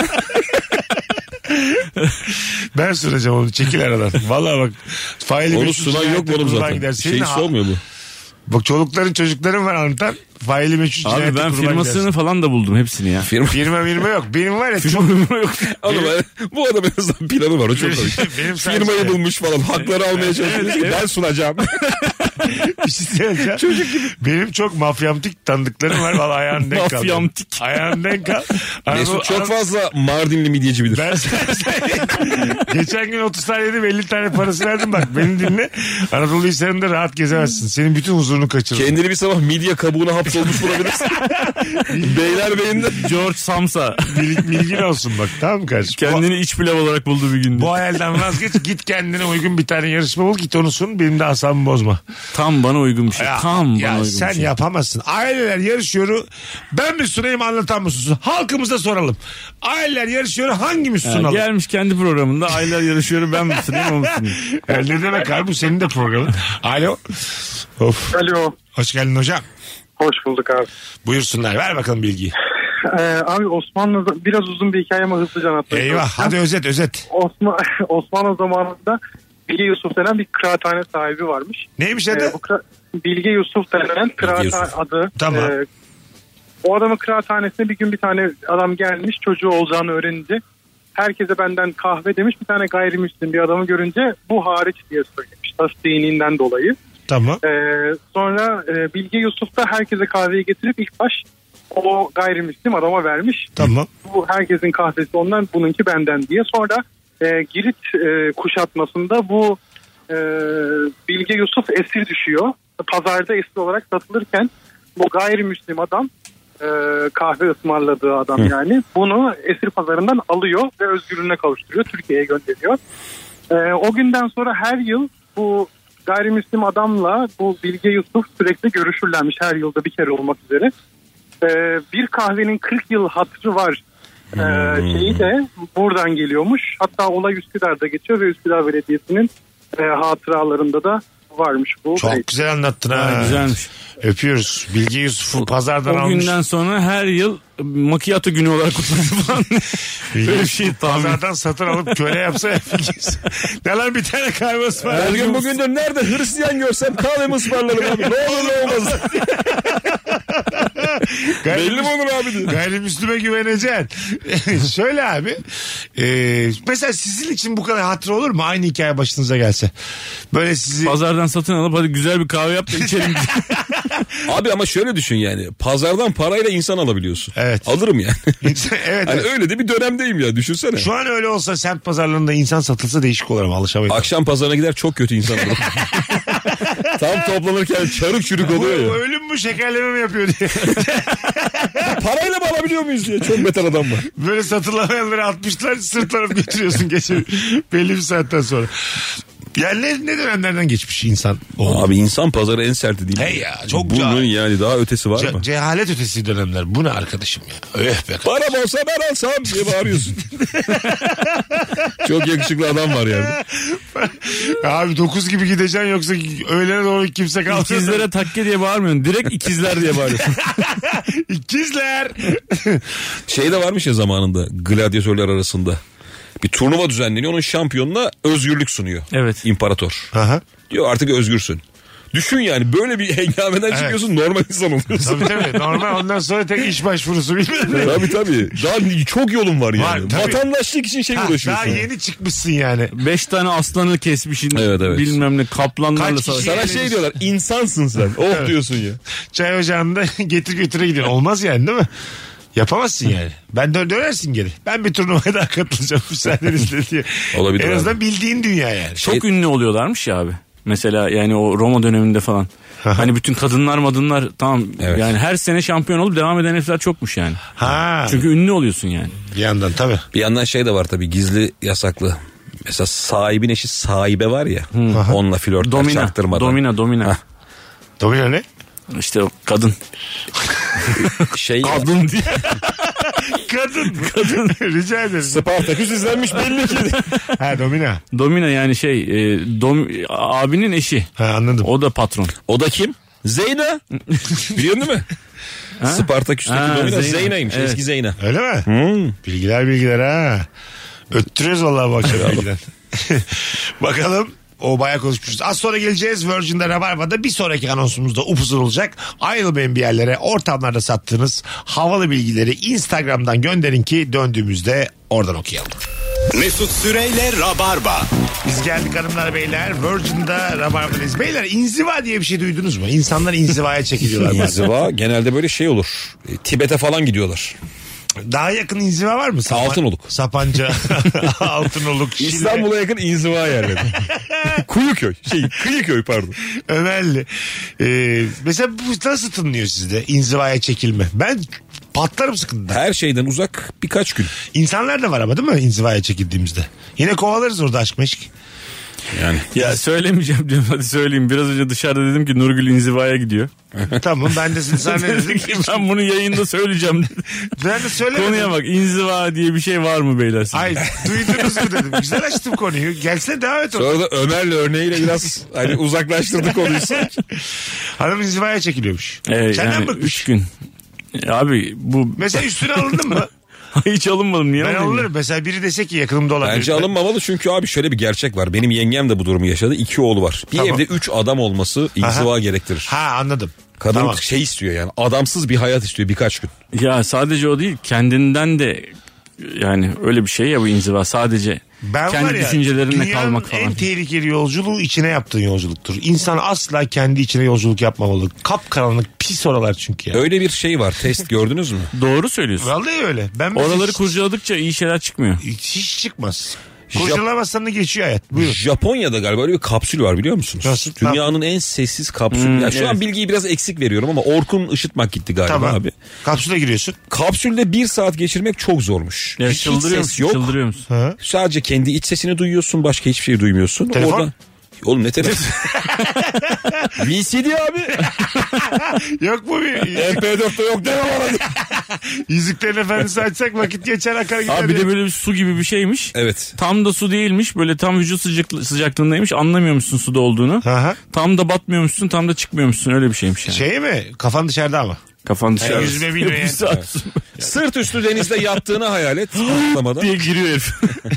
Ben süreceğim onu. Çekil aradan. Vallahi bak. Faili Onu meşhur sunan yok mu cinayette oğlum kurban zaten? gider. Şey Senin hiç ha- olmuyor bu. Bak çolukların çocukların var anlatan. Faili meşhur Abi cinayette ben kurban firmasını gidersin. falan da buldum hepsini ya. Firma. Firma firma yok. Benim var ya çok... Firma yok. Oğlum, bu adam en azından planı var. O çok Benim- komik. benim Firmayı sadece- bulmuş falan. Hakları almaya çalışıyor. Ben sunacağım. Bir şey söyleyeceğim. Çocuk gibi. Benim çok mafyamtik tanıdıklarım var. Vallahi ayağını denk al. Mafyamtik. Ayağını denk al. Mesut Anadolu- çok fazla Mardinli midyeci bilir. Ben geçen gün otuz tane yedim elli tane parası verdim bak beni dinle. Anadolu Hisarı'nda rahat gezemezsin. Senin bütün huzurunu kaçırırım. Kendini bir sabah midye kabuğuna hapsolmuş bulabilirsin. Beylerbeyi'nde. George Samsa. Bil- bilgin olsun bak tamam mı kardeşim? Kendini iç pilav olarak buldu bir günde. Bu, bu hayalden vazgeç git kendine uygun bir tane yarışma bul git onu sun benim de asabımı bozma. Tam bana uygun bir şey. Ya, Tam ya bana uygun sen bir şey. yapamazsın. Aileler yarışıyor. Ben mi sunayım, anlatan mı sunsun? Halkımıza soralım. Aileler yarışıyor, hangimiz Ya, sunalım? gelmiş kendi programında aylar yarışıyor, ben mi sunayım o mu sunayım? Ya ne demek abi, bu senin de programın. Alo. Of. Alo. Hoş geldin hocam. Hoş bulduk abi. Buyursunlar, ver bakalım bilgiyi. Ee, abi Osmanlı biraz uzun bir hikaye ama hızlıca anlatayım. Eyvah, hadi özet özet. Osman, Osmanlı zamanında Bilge Yusuf denen bir kıraathane sahibi varmış. Neymiş adı? Ee, bu kıra- Bilge Yusuf denen kıraathane Yusuf. adı. Tamam. Ee, o adamın kıraathanesine bir gün bir tane adam gelmiş, çocuğu olacağını öğrenince herkese benden kahve demiş, bir tane gayrimüslim bir adamı görünce bu hariç diye söylemiş. Tas dininden dolayı. Tamam. Ee, sonra e, Bilge Yusuf da herkese kahveyi getirip ilk baş o gayrimüslim adama vermiş. Tamam. Bu herkesin kahvesi ondan, bununki benden diye. Sonra e, Girit e, kuşatmasında bu e, Bilge Yusuf esir düşüyor. Pazarda esir olarak satılırken bu gayrimüslim adam, e, kahve ısmarladığı adam yani, bunu esir pazarından alıyor ve özgürlüğüne kavuşturuyor. Türkiye'ye gönderiyor. E, o günden sonra her yıl bu gayrimüslim adamla bu Bilge Yusuf sürekli görüşürlermiş, her yılda bir kere olmak üzere. Ee, bir kahvenin kırk yıl hatırı var ee, şeyi de buradan geliyormuş. Hatta olay Üsküdar'da geçiyor ve Üsküdar Belediyesi'nin e, hatıralarında da varmış bu. Çok Evet. güzel anlattın ha. Ha, güzelmiş. Öpüyoruz. Bilge Yusuf'u pazardan O almış. günden sonra her yıl macchiato günü olarak kutlanır falan. Bilge Böyle bir Yusuf şey tahmin. pazardan satın alıp köle yapsa yapacağız. Ne lan, bir tane kahve ısmarlar. Her gün bugündür nerede Hristiyan görsem kahvemi ısmarlarım abi. Ne olur ne olmaz. Belli mi olur abi diye. Gayrimüslime güveneceksin. Şöyle abi. E, mesela sizin için bu kadar hatır olur mu? Aynı hikaye başınıza gelse. Böyle sizi... Pazardan satın alıp hadi güzel bir kahve yap da içelim. Abi ama şöyle düşün yani. Pazardan parayla insan alabiliyorsun. Evet. Alırım yani. evet, Hani evet. öyle de bir dönemdeyim ya, düşünsene. Şu an öyle olsa semt pazarlarında insan satılsa değişik olur ama alışamayız. Akşam pazarına gider, çok kötü insan olur. Tam toplanırken çarık çürük Bu oluyor ya. ölüm mü şekerleme mi yapıyor diye. Parayla mı alabiliyor muyuz diye, çok beter adam var. Böyle satılamayanları atmışlar, sırtlanıp götürüyorsun geçip belli bir saatten sonra. Yani ne, ne dönemlerden geçmiş insan oldu. Abi insan pazarı en serti değil mi? Hey ya, çok Bunun güzel. yani daha ötesi var Ce- mı? cehalet ötesi dönemler. Bu ne arkadaşım ya? Öh be. Param olsa ben alsam diye bağırıyorsun. Çok yakışıklı adam var yani. Abi dokuz gibi gideceksin, yoksa öğlene doğru kimse kalmıyor. İkizlere takke diye bağırmıyorsun. Direkt ikizler diye bağırıyorsun. İkizler. Şey de varmış ya zamanında, gladyatörler arasında. Bir turnuva düzenleniyor, onun şampiyonuna özgürlük sunuyor. Evet. İmparator. Aha. Diyor artık özgürsün. Düşün yani, böyle bir hengameden Evet. çıkıyorsun, normal insan oluyorsun. Tabii tabii. Normal, ondan sonra tek iş başvurusu bilmem ne. Tabii tabii. Daha çok yolun var yani. Var, tabii. Vatandaşlık için şey Ha, uğraşıyorsun. daha yani. yeni çıkmışsın yani. Beş tane aslanı kesmişsin. Evet, evet. Bilmem ne kaplanlarla Kaç savaş. kişi- Sana şey diyorlar, insansın sen. Oh diyorsun ya. Çay ocağında getir götüre gidiyorsun. Olmaz yani, değil mi? Yapamazsın yani. Ben dön dönersin geri. Ben bir turnuvaya daha katılacağım müsaadenizle diye. Olabilir En abi. azından bildiğin dünya yani. Çok ünlü oluyorlarmış ya abi. Mesela yani o Roma döneminde falan. Hani bütün kadınlar madınlar tamam Evet. yani her sene şampiyon olup devam eden herifler çokmuş yani. Ha. Çünkü ünlü oluyorsun yani. Bir yandan tabii. Bir yandan şey de var tabii, gizli yasaklı. Mesela sahibin eşi sahibe var ya. Onunla flört Domina, çaktırmadan. domina, domina. Domino ne? İşte o kadın. Şey Kadın diye. Kadın. Kadın. Rica ederim. Spartaküs izlenmiş belli ki. Ha, Domino. Domina yani şey e, dom, abinin eşi. Ha, anladım. O da patron. O da kim? Zeyna. Biliyorsun değil mi? Spartaküs'teki Ha, domina Zeyna. Zeyna'ymış. Evet. Eski Zeyna. Öyle mi? Hmm. Bilgiler bilgiler ha. Öttürüyoruz vallahi bu akşam bilgiden. Bakalım. O bayağı konuşmuşuz. Az sonra geleceğiz. Virgin'de Rabarba'da bir sonraki anonsumuzda upuzun olacak. Ayrılmayın bir yerlere. Ortamlarda sattığınız havalı bilgileri Instagram'dan gönderin ki döndüğümüzde oradan okuyalım. Mesut Süreyle Rabarba. Biz geldik hanımlar beyler. Virgin'de Rabarba'dayız. Beyler, inziva diye bir şey duydunuz mu? İnsanlar inzivaya çekiliyorlar bazen. İnziva genelde böyle şey olur. E, Tibet'e falan gidiyorlar. Daha yakın inziva var mı? Sapan- Altınoluk. Sapanca, Altınoluk, Şile, İstanbul'a yakın inziva yerleri. Kuyuköy. Şey, Kıyıköy pardon. Ömerli. Ee, mesela bu nasıl tınlıyor sizde inzivaya çekilme? Ben patlarım sıkıntıdan. Her şeyden uzak birkaç gün. İnsanlar da var ama değil mi inzivaya çekildiğimizde? Yine kovalarız orada aşk meşk. Yani. Ya söylemeyeceğim diyorum, hadi söyleyeyim. Biraz önce dışarıda dedim ki Nurgül inzivaya gidiyor. Tamam, ben de sana dedim ki ben bunu yayında söyleyeceğim dedim. Ben de söylemedim. Konuya bak, inziva diye bir şey var mı beyler sizin? Ay, duydunuz mu dedim. Güzel açtım konuyu. Gelsene devam et. Sonra da Ömer'le örneğiyle biraz hani uzaklaştırdık konuyu. Hanım inzivaya çekiliyormuş. Ee, Senden yani bıkmış. üç gün. E, abi bu... Mesela üstüne alındın mı? Hiç alınmadım. Niye Ben alınayım? alınırım. Mesela biri dese ki yakınımda olan Bence biri. alınmamalı çünkü abi şöyle bir gerçek var. Benim yengem de bu durumu yaşadı. İki oğlu var. Bir Tamam. evde üç adam olması inziva Aha. gerektirir. Ha, anladım. Kadın Tamam. şey istiyor yani, adamsız bir hayat istiyor birkaç gün. Ya sadece o değil, kendinden de yani öyle bir şey ya bu inziva, sadece Ben kendi var ya, düşüncelerinle dünyanın kalmak falan. en tehlikeli yolculuğu içine yaptığın yolculuktur. İnsan asla kendi içine yolculuk yapmamalı. Kapkaranlık pis oralar çünkü ya. Öyle bir şey var, test gördünüz mü? Doğru söylüyorsun. Vallahi öyle. Ben mesela Oraları hiç, kurcaladıkça iyi şeyler çıkmıyor. hiç çıkmaz. Kurcalamazsan da geçiyor hayat. Buyurun. Japonya'da galiba öyle bir kapsül var, biliyor musunuz? Nasıl? Dünyanın en sessiz kapsülü. Hmm, ya şu evet. an bilgiyi biraz eksik veriyorum ama Orkun Işıtmak gitti galiba Tamam. abi. Kapsüle giriyorsun. Kapsülde bir saat geçirmek çok zormuş. Ya Hiç çıldırıyor ses musun? yok. Çıldırıyor musun? Ha. Sadece kendi iç sesini duyuyorsun, başka hiçbir şey duymuyorsun. Telefon? Orada... Oğlum ne telefon? V C D abi. Yok mu bir M P dörtte yok deme bana. Yüzüklerin Efendisi açsak vakit geçer akar gider. Abi bir ya. de böyle bir su gibi bir şeymiş. Evet. Tam da su değilmiş. Böyle tam vücut sıcak, sıcaklığındaymış. Anlamıyormuşsun suda olduğunu. Aha. Tam da batmıyormuşsun, tam da çıkmıyormuşsun. Öyle bir şeymiş yani. Şey mi? Kafan dışarıda ama. Kafan dışarı. Yani yüzme bilmeyen. Bir saat Sırt üstü denizde yattığını hayal et. Atlamadan. diye giriyor herif.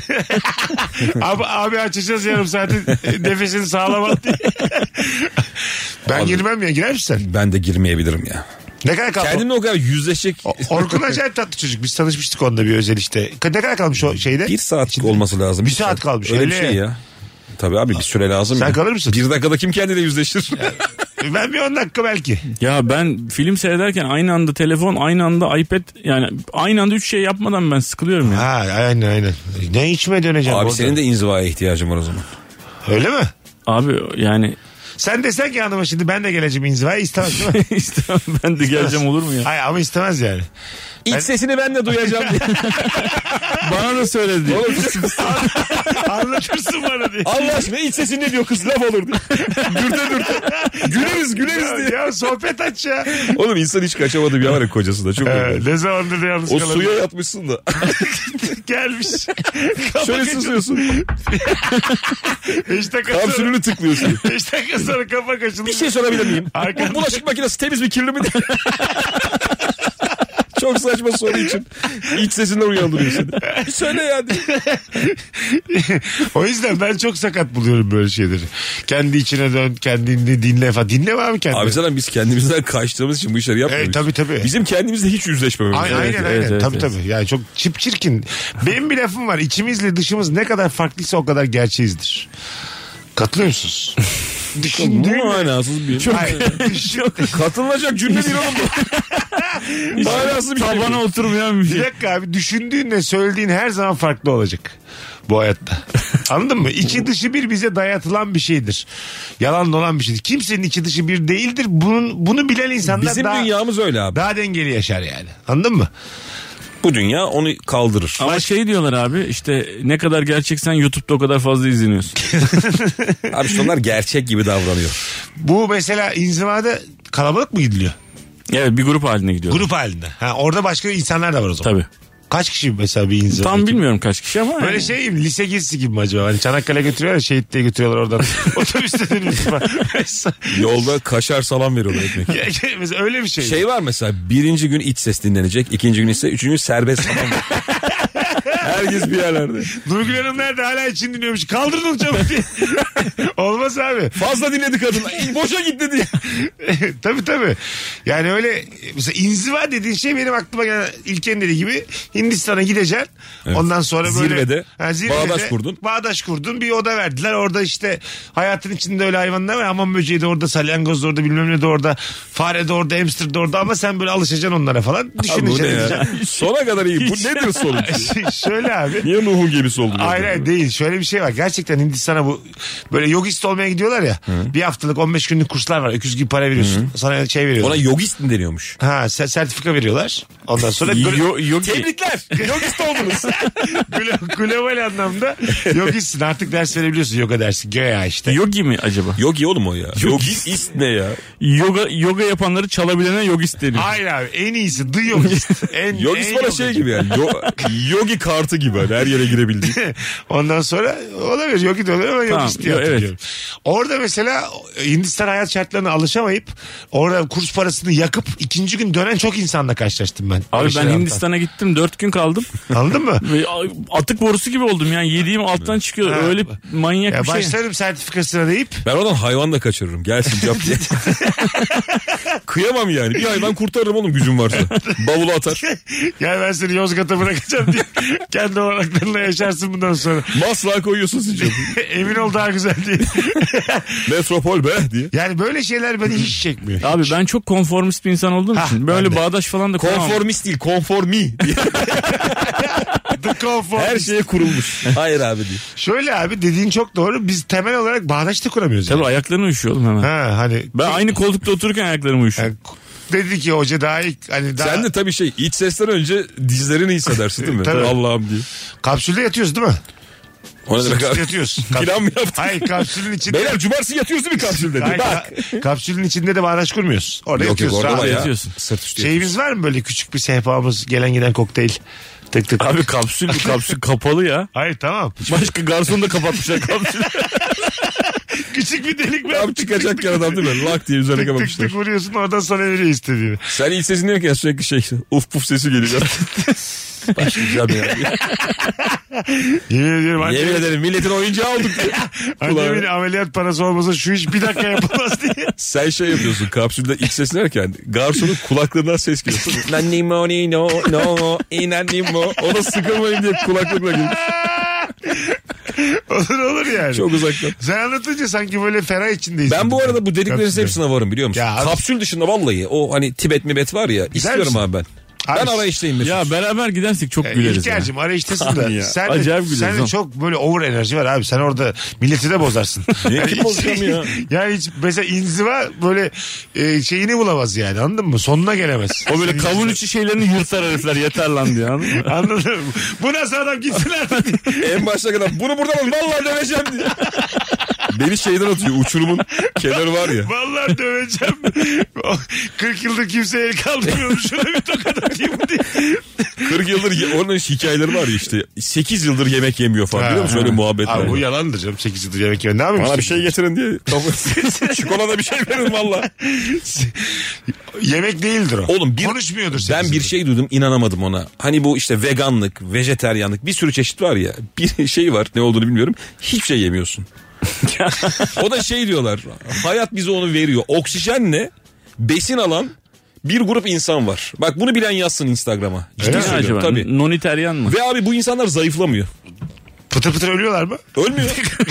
Abi, abi açacağız yarım saati nefesini sağlamak diye. Ben Abi- girmem ya, girer misin sen? Ben de girmeyebilirim ya. Ne kadar kaldı? Kendimle o kadar yüzleşecek. O- Orkun acayip tatlı çocuk. Biz tanışmıştık onda bir özel işte. Ne kadar kalmış o şeyde? Bir saat olması lazım. Bir saat kalmış, Öyle bir öyle. şey ya. Tabii abi bir süre lazım. Sen ya. kalır mısın? Bir dakikada kim kendiyle yüzleşir? Ben bir on dakika belki. Ya ben film seyrederken aynı anda telefon, aynı anda iPad, yani aynı anda üç şey yapmadan ben sıkılıyorum ya. Ha, aynen aynen. Ne içime döneceğim Abi orada? senin de inzivaya ihtiyacın var o zaman. Öyle mi? Abi yani Sen desen ki hanıma şimdi ben de geleceğim inzivaya, istemez değil mi? istemem, ben de geleceğim, olur mu ya? Hayır ama istemez yani. İç sesini ben de duyacağım diye. Bana da söyledi. Oğlum, Anlatırsın bana diye. Allah aşkına iç sesin ne diyor, kız laf olur diye. Dürte dürte. Güleriz güleriz Ya, diye. ya sohbet aç ya. Oğlum insan hiç kaçamadı bir var ya kocası da çok Ee, önemli. ne zamandır da yalnız O kalalım. suya yatmışsın da. Gelmiş. Şöyle sızıyorsun. Beş dakika sonra. Kapsülünü tıklıyorsun. Beş dakika sonra kafa kaçıldı. Bir şey sorabilir miyim? Arkadaş- Bu bulaşık makinesi temiz mi kirli mi? Çok saçma soru için. İç sesinden uyandırıyor seni. Bir söyle ya. O yüzden ben çok sakat buluyorum böyle şeyleri. Kendi içine dön, kendini dinle falan. Dinleme abi kendini. Abi zaten biz kendimizden kaçtığımız için bu işleri yapmıyoruz. E, tabii, tabii. Bizim kendimizle hiç yüzleşmememiz. Aynen lazım. aynen. evet, aynen. evet, tabii evet. tabii. Yani çok çip çirkin. Benim bir lafım var. İçimizle dışımız ne kadar farklıysa o kadar gerçeğizdir. Katılıyor musunuz? Bu Düşündüğün manasız bir. Hayır, düşün- Katılacak cümle değil oğlum bu. Manasız bir şey. Tabana bu. oturmayan bir Bir şey. dakika abi, düşündüğünle söylediğin her zaman farklı olacak bu hayatta. Anladın mı? İçi dışı bir bize dayatılan bir şeydir. Yalan dolan bir şeydir. Kimsenin içi dışı bir değildir. Bunun, bunu bilen insanlar Bizim daha, dünyamız öyle abi. daha dengeli yaşar yani. Anladın mı? Bu dünya onu kaldırır. Ama şey diyorlar abi, işte ne kadar gerçeksen YouTube'da o kadar fazla izleniyorsun. Abi işte onlar gerçek gibi davranıyor. Bu mesela inzivada kalabalık mı gidiliyor? Evet, bir grup haline gidiyor. Grup halinde. Ha, orada başka insanlar da var o zaman. Tabii. Kaç kişi mesela bir inziva? Tam bilmiyorum kaç kişi ama. Böyle yani. şey gibi, lise gezisi gibi mi acaba? Hani Çanakkale götürüyorlar ya, şehitliğe götürüyorlar oradan. Otobüste dönüyorsun falan. Yolda kaşar salam veriyorlar ekmek. Mesela öyle bir şey. Şey var mesela, birinci gün iç ses dinlenecek, ikinci gün ise üçüncü gün serbest salam. Herkes bir yerlerde. Nurgül Hanım nerede? Hala için dinliyormuş. Kaldırın onu çabuk diye. Olmaz abi. Fazla dinledi kadın. Boşa gitti diye. Tabii tabii. Yani öyle mesela inziva dediğin şey benim aklıma gelen İlker'in dediği gibi Hindistan'a gideceksin. Evet. Ondan sonra böyle. Zirvede, Ha, zirvede bağdaş kurdun. Bağdaş kurdun. Bir oda verdiler. Orada işte hayatın içinde öyle hayvanlar var. Hamam böceği de orada, salyangoz da orada, bilmem ne de orada, fare de orada, hamster de orada, ama sen böyle alışacaksın onlara falan. Abi bu ne Düşüneceksin. ya? edeceksin. Sona kadar iyi. Bu nedir sonuç? Şöyle Şöyle abi. Niye Nuh'un gemisi oldu? Hayır hayır değil. Şöyle bir şey var. Gerçekten Hindistan'a bu böyle yogist olmaya gidiyorlar ya. Hı. Bir haftalık on beş günlük kurslar var. Öküz gibi para veriyorsun. Hı. Sana şey veriyorlar. Ona yogist mi deniyormuş? Ha sertifika veriyorlar. Ondan sonra Yo, yogi. Tebrikler. Yogist oldunuz. Global anlamda yogistsin. Artık ders verebiliyorsun. Yoga dersi. Göya işte. Yogi mi acaba? Yogi oğlum o ya. Yogist ne ya? Yoga yoga yapanları çalabilene yogist deniyor. Hayır abi en iyisi the yogist. En, yogist en bana yogist. şey gibi yani. Yo, yogi kartı gibi. Hani her yere girebildiğin. Ondan sonra olabilir. Yogi de olabilir ama tamam, yogist diye hatırlıyorum. Evet. Orada mesela Hindistan hayat şartlarına alışamayıp orada kurs parasını yakıp ikinci gün dönen çok insanla karşılaştım ben. Abi ben Hindistan'a gittim dört gün kaldım. Anladın mı? Atık borusu gibi oldum yani yediğim alttan çıkıyor. Ha. Öyle manyak ya bir şey. Başlarım sertifikasına deyip. Ben oradan hayvan da kaçırırım. Gelsin cap diye. Kıyamam yani. Bir hayvan kurtarırım oğlum gücüm varsa. Bavulu atar. Gel ben seni Yozgat'a bırakacağım diye. Kendi olanaklarınla yaşarsın bundan sonra. Masla koyuyorsun sıcak. Emin ol daha güzel diye. Metropol be diye. Yani böyle şeyler beni hiç çekmiyor. Abi ben çok konformist bir insan olduğum ha, için. Böyle bağdaş falan da konformist kuramam. Değil konformi diye. Her şeye kurulmuş. Hayır abi diye. Şöyle abi dediğin çok doğru. Biz temel olarak bağdaş da kuramıyoruz. Tabii yani. Ayaklarını uyuşuyor oğlum hemen. Ha, hani... Ben aynı koltukta otururken ayaklarım uyuşuyor. Yani, dedi ki hoca daha iyi. Hani daha... Sen de tabii şey iç sesten önce dizlerini hissedersin değil mi? Tabii. Allah'ım diye. Kapsülde yatıyoruz değil mi? O ne demek abi? Yatıyoruz. Plan mı yaptın? Hayır kapsülün içinde. Beyler cumartesi yatıyoruz değil mi kapsülde? Hayır, bak. Kapsülün içinde de bağdaş kurmuyoruz. Orada yok, yatıyoruz. Yok orada ya. Yatıyorsun. Sırt üstü Şeyimiz var mı böyle küçük bir sehpamız gelen giden kokteyl? Tık tık. Abi kapsül kapsül kapalı ya. Hayır tamam. Başka garson da kapatmışlar kapsülü. Küçük bir delik var. Tam çıkacak yer adam değil mi? Lak diye üzerine kapatmışlar. Tık tık vuruyorsun oradan sana veriyor istediğini. Sen ilk sesini diyorken sürekli şey uf puf sesi geliyor. Başlayacağım ya. Yemin ediyorum. Annem... Yemin ederim milletin oyuncağı olduk diye. Annemin ameliyat parası olmasa şu iş bir dakika yapılmaz diye. Sen şey yapıyorsun kapsülde ilk sesini derken garsonun kulaklarından ses geliyor. Nanimo no no inanimo. Ona sıkılmayın diye kulaklıkla girmiş. Olur olur yani. Çok uzaktan. Sen anlatınca sanki böyle ferah içindeyiz. Ben bu arada bu dedikleriniz hepsine varım biliyor musun? Ya kapsül dışında vallahi o hani Tibet mibet var ya. Gider istiyorum misin? Abi ben. Abi, ben arayıştayım Mesut. Ya beraber gidersek çok e, güleriz. İlker'cim arayıştasın da. Ya. Sen Acayip de, güleriz. sen de çok böyle over enerji var abi. Sen orada milleti de bozarsın. Niye kim bozacağım ya? Yani hiç mesela inziva böyle e, şeyini bulamaz yani anladın mı? Sonuna gelemez. O böyle kavun içi şeylerini yırtar herifler yeter lan diye anladın mı? Anladın mı? Bu nasıl adam gitsin artık. En başta kadar bunu buradan vallahi döveceğim diye. Beni şeyden atıyor uçurumun kenarı var ya. Vallahi döveceğim. kırk yıldır kimseye el kaldırmıyormuş. Şuna bir tokat atayım diye. kırk yıldır onun hikayeleri var ya işte. sekiz yıldır yemek yemiyor falan. Ha, biliyor musun? Öyle muhabbet var. Abi bu yalandır canım. sekiz yıldır yemek yemiyor. Ne yapayım? Bana bir şey getirin diye. Çikolata bir şey verin valla. Yemek değildir o. Oğlum bir, konuşmuyordur. Ben bir şey duydum inanamadım ona. Hani bu işte veganlık, vejeteryanlık bir sürü çeşit var ya. Bir şey var ne olduğunu bilmiyorum. Hiçbir şey yemiyorsun. O da şey diyorlar. Hayat bize onu veriyor. Oksijenle besin alan bir grup insan var. Bak bunu bilen yazsın Instagram'a. Ciddi söylüyorum tabii. Noniteryan mı? Ve abi bu insanlar zayıflamıyor. Pıtır pıtır ölüyorlar mı? Ölmüyor.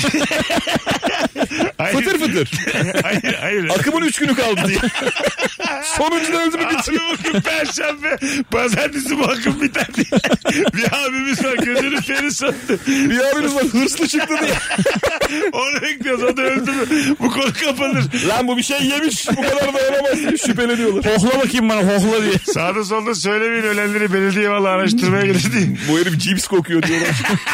Fıtır fıtır. Hayır hayır. Akımın üç günü kaldı diye. Sonuncu da öldü mü bitiyor. Abi bugün perşembe. Pazartesi bu akım biter diye. Bir abimiz var gözünü feri söndü. Bir abimiz var hırslı çıktı diye. Onu bekliyoruz o da öldü mü? Bu konu kapanır. Lan bu bir şey yemiş bu kadar dayanamaz diye şüpheleniyorlar. Hohla bakayım bana hohla diye. Sağda solda söylemeyin ölenleri belediye valla araştırmaya gelir diye. Bu herif cips kokuyor diyorlar.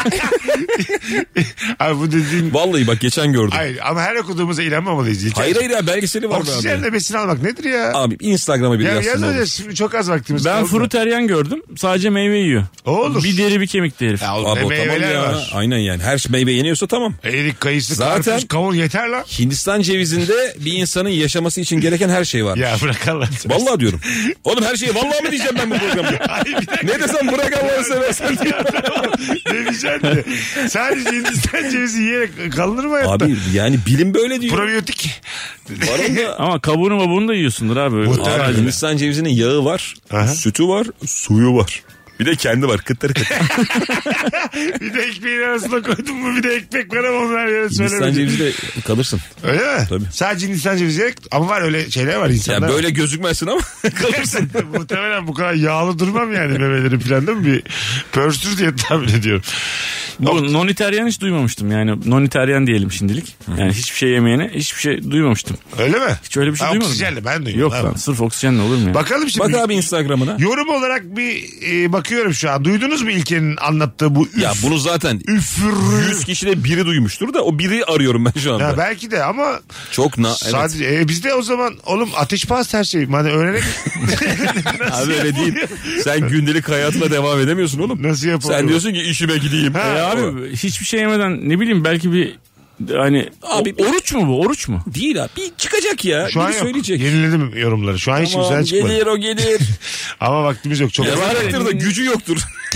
Abi bu dediğin... Vallahi bak geçen gördüm. Hayır ama her okuduğumuza inanmamalıyız. İlker. Hayır hayır ya belgeseli var. Oksijenle besin almak nedir ya? Abi Instagram'a bir ya, yazsın. Yaz şimdi çok az vaktimiz ben kaldı. Ben fruteryan gördüm. Sadece meyve yiyor. Olur. Bir deri bir kemik herif. Ya, abi, o tamam ya. Var. Aynen yani her meyve yeniyorsa tamam. Erik, kayısı, zaten karpuz, kavun yeter lan. Hindistan cevizinde bir insanın yaşaması için gereken her şey var. Ya bırak Allah'ını. Vallahi diyorum. Oğlum her şeyi vallahi mı diyeceğim ben bu programda? Hayır, ne desem bırak Allah'ını seversen diye. Demeyeceksin de. Sadece Hindistan cevizi yiyerek kalınır mı hayatta? Abi yani bilim böyle diyor. Probiyotik. Var onda. Ama kabuğunu mabuğunu da yiyorsundur abi. Abi Hindistan cevizinin yağı var, aha, sütü var, suyu var. Bir de kendi var kıtır kıtır. Bir de ekmeğin arasına koydum mu bir de ekmek var ama onlar yere Hindistan söylemedim. cevizi kalırsın. Öyle mi? Tabii. Sadece Hindistan cevizi ama var öyle şeyler var insanlar. Yani böyle gözükmezsin ama kalırsın. Muhtemelen bu kadar yağlı durmam yani memelerim falan değil mi? Bir pörstür diye tahmin ediyorum. Bu non-İtalyan hiç duymamıştım yani. Non-İtalyan diyelim şimdilik. Yani hiçbir şey yemeyene hiçbir şey duymamıştım. Öyle mi? Hiç öyle bir şey ha, duymadım. Oksijenli ben duyuyorum. Yok abi. lan sırf oksijenle olur mu ya? Bakalım şimdi. Bak abi Instagram'ına. Yorum olarak bir e, bakıyorum şu an. Duydunuz mu İlker'in anlattığı bu üf? Ya bunu zaten üfür. yüz kişide biri duymuştur da o biri arıyorum ben şu anda. Ya belki de ama çok na sadece evet. e, bizde o zaman oğlum ateş pahası her şey. Hani öğrenerek. Abi öyle değil. Sen gündelik hayatına devam edemiyorsun oğlum. Nasıl yapalım? Sen diyorsun ki işime gideyim. Ha, e abi hiçbir şey yemeden ne bileyim belki bir hani abi o, oruç mu bu? Oruç mu? Değil abi. Bir çıkacak ya. Şu an biri yok. söyleyecek. Yeniledim yorumları. Şu an hiç Tamam, güzel çıkmadı. gelir o gelir. Ama vaktimiz yok. Çok Ya vardır da gücü yoktur.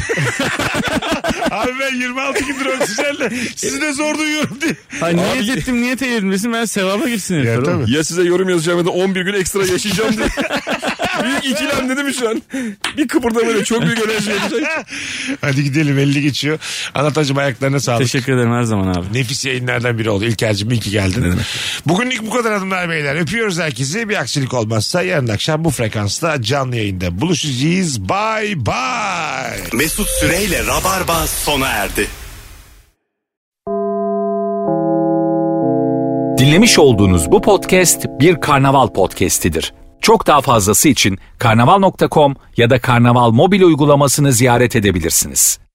Abi ben yirmi altı gündür oksijenle sizi de zor duyuyorum diye. Hayır niyet ettim niyet eyledim desin ben sevaba girsin. Ya, tabii. Ya size yorum yazacağım ya da on bir gün ekstra yaşayacağım diye. Büyük ikilem dedim mi şu an? Bir kıpırdamayla çok büyük enerji yapacak. Hadi gidelim elli geçiyor. Anlatacığım ayaklarına sağlık. Teşekkür ederim her zaman abi. Nefis yayınlardan biri oldu. İlker'cim iyi ki geldin. Bugünlük bu kadar hanımlar beyler. Öpüyoruz herkesi. Bir aksilik olmazsa yarın akşam bu frekansta canlı yayında buluşacağız. Bye bye. Mesut Süreyle Rabarba sona erdi. Dinlemiş olduğunuz bu podcast bir karnaval podcastidir. Çok daha fazlası için karnaval nokta com ya da karnaval mobil uygulamasını ziyaret edebilirsiniz.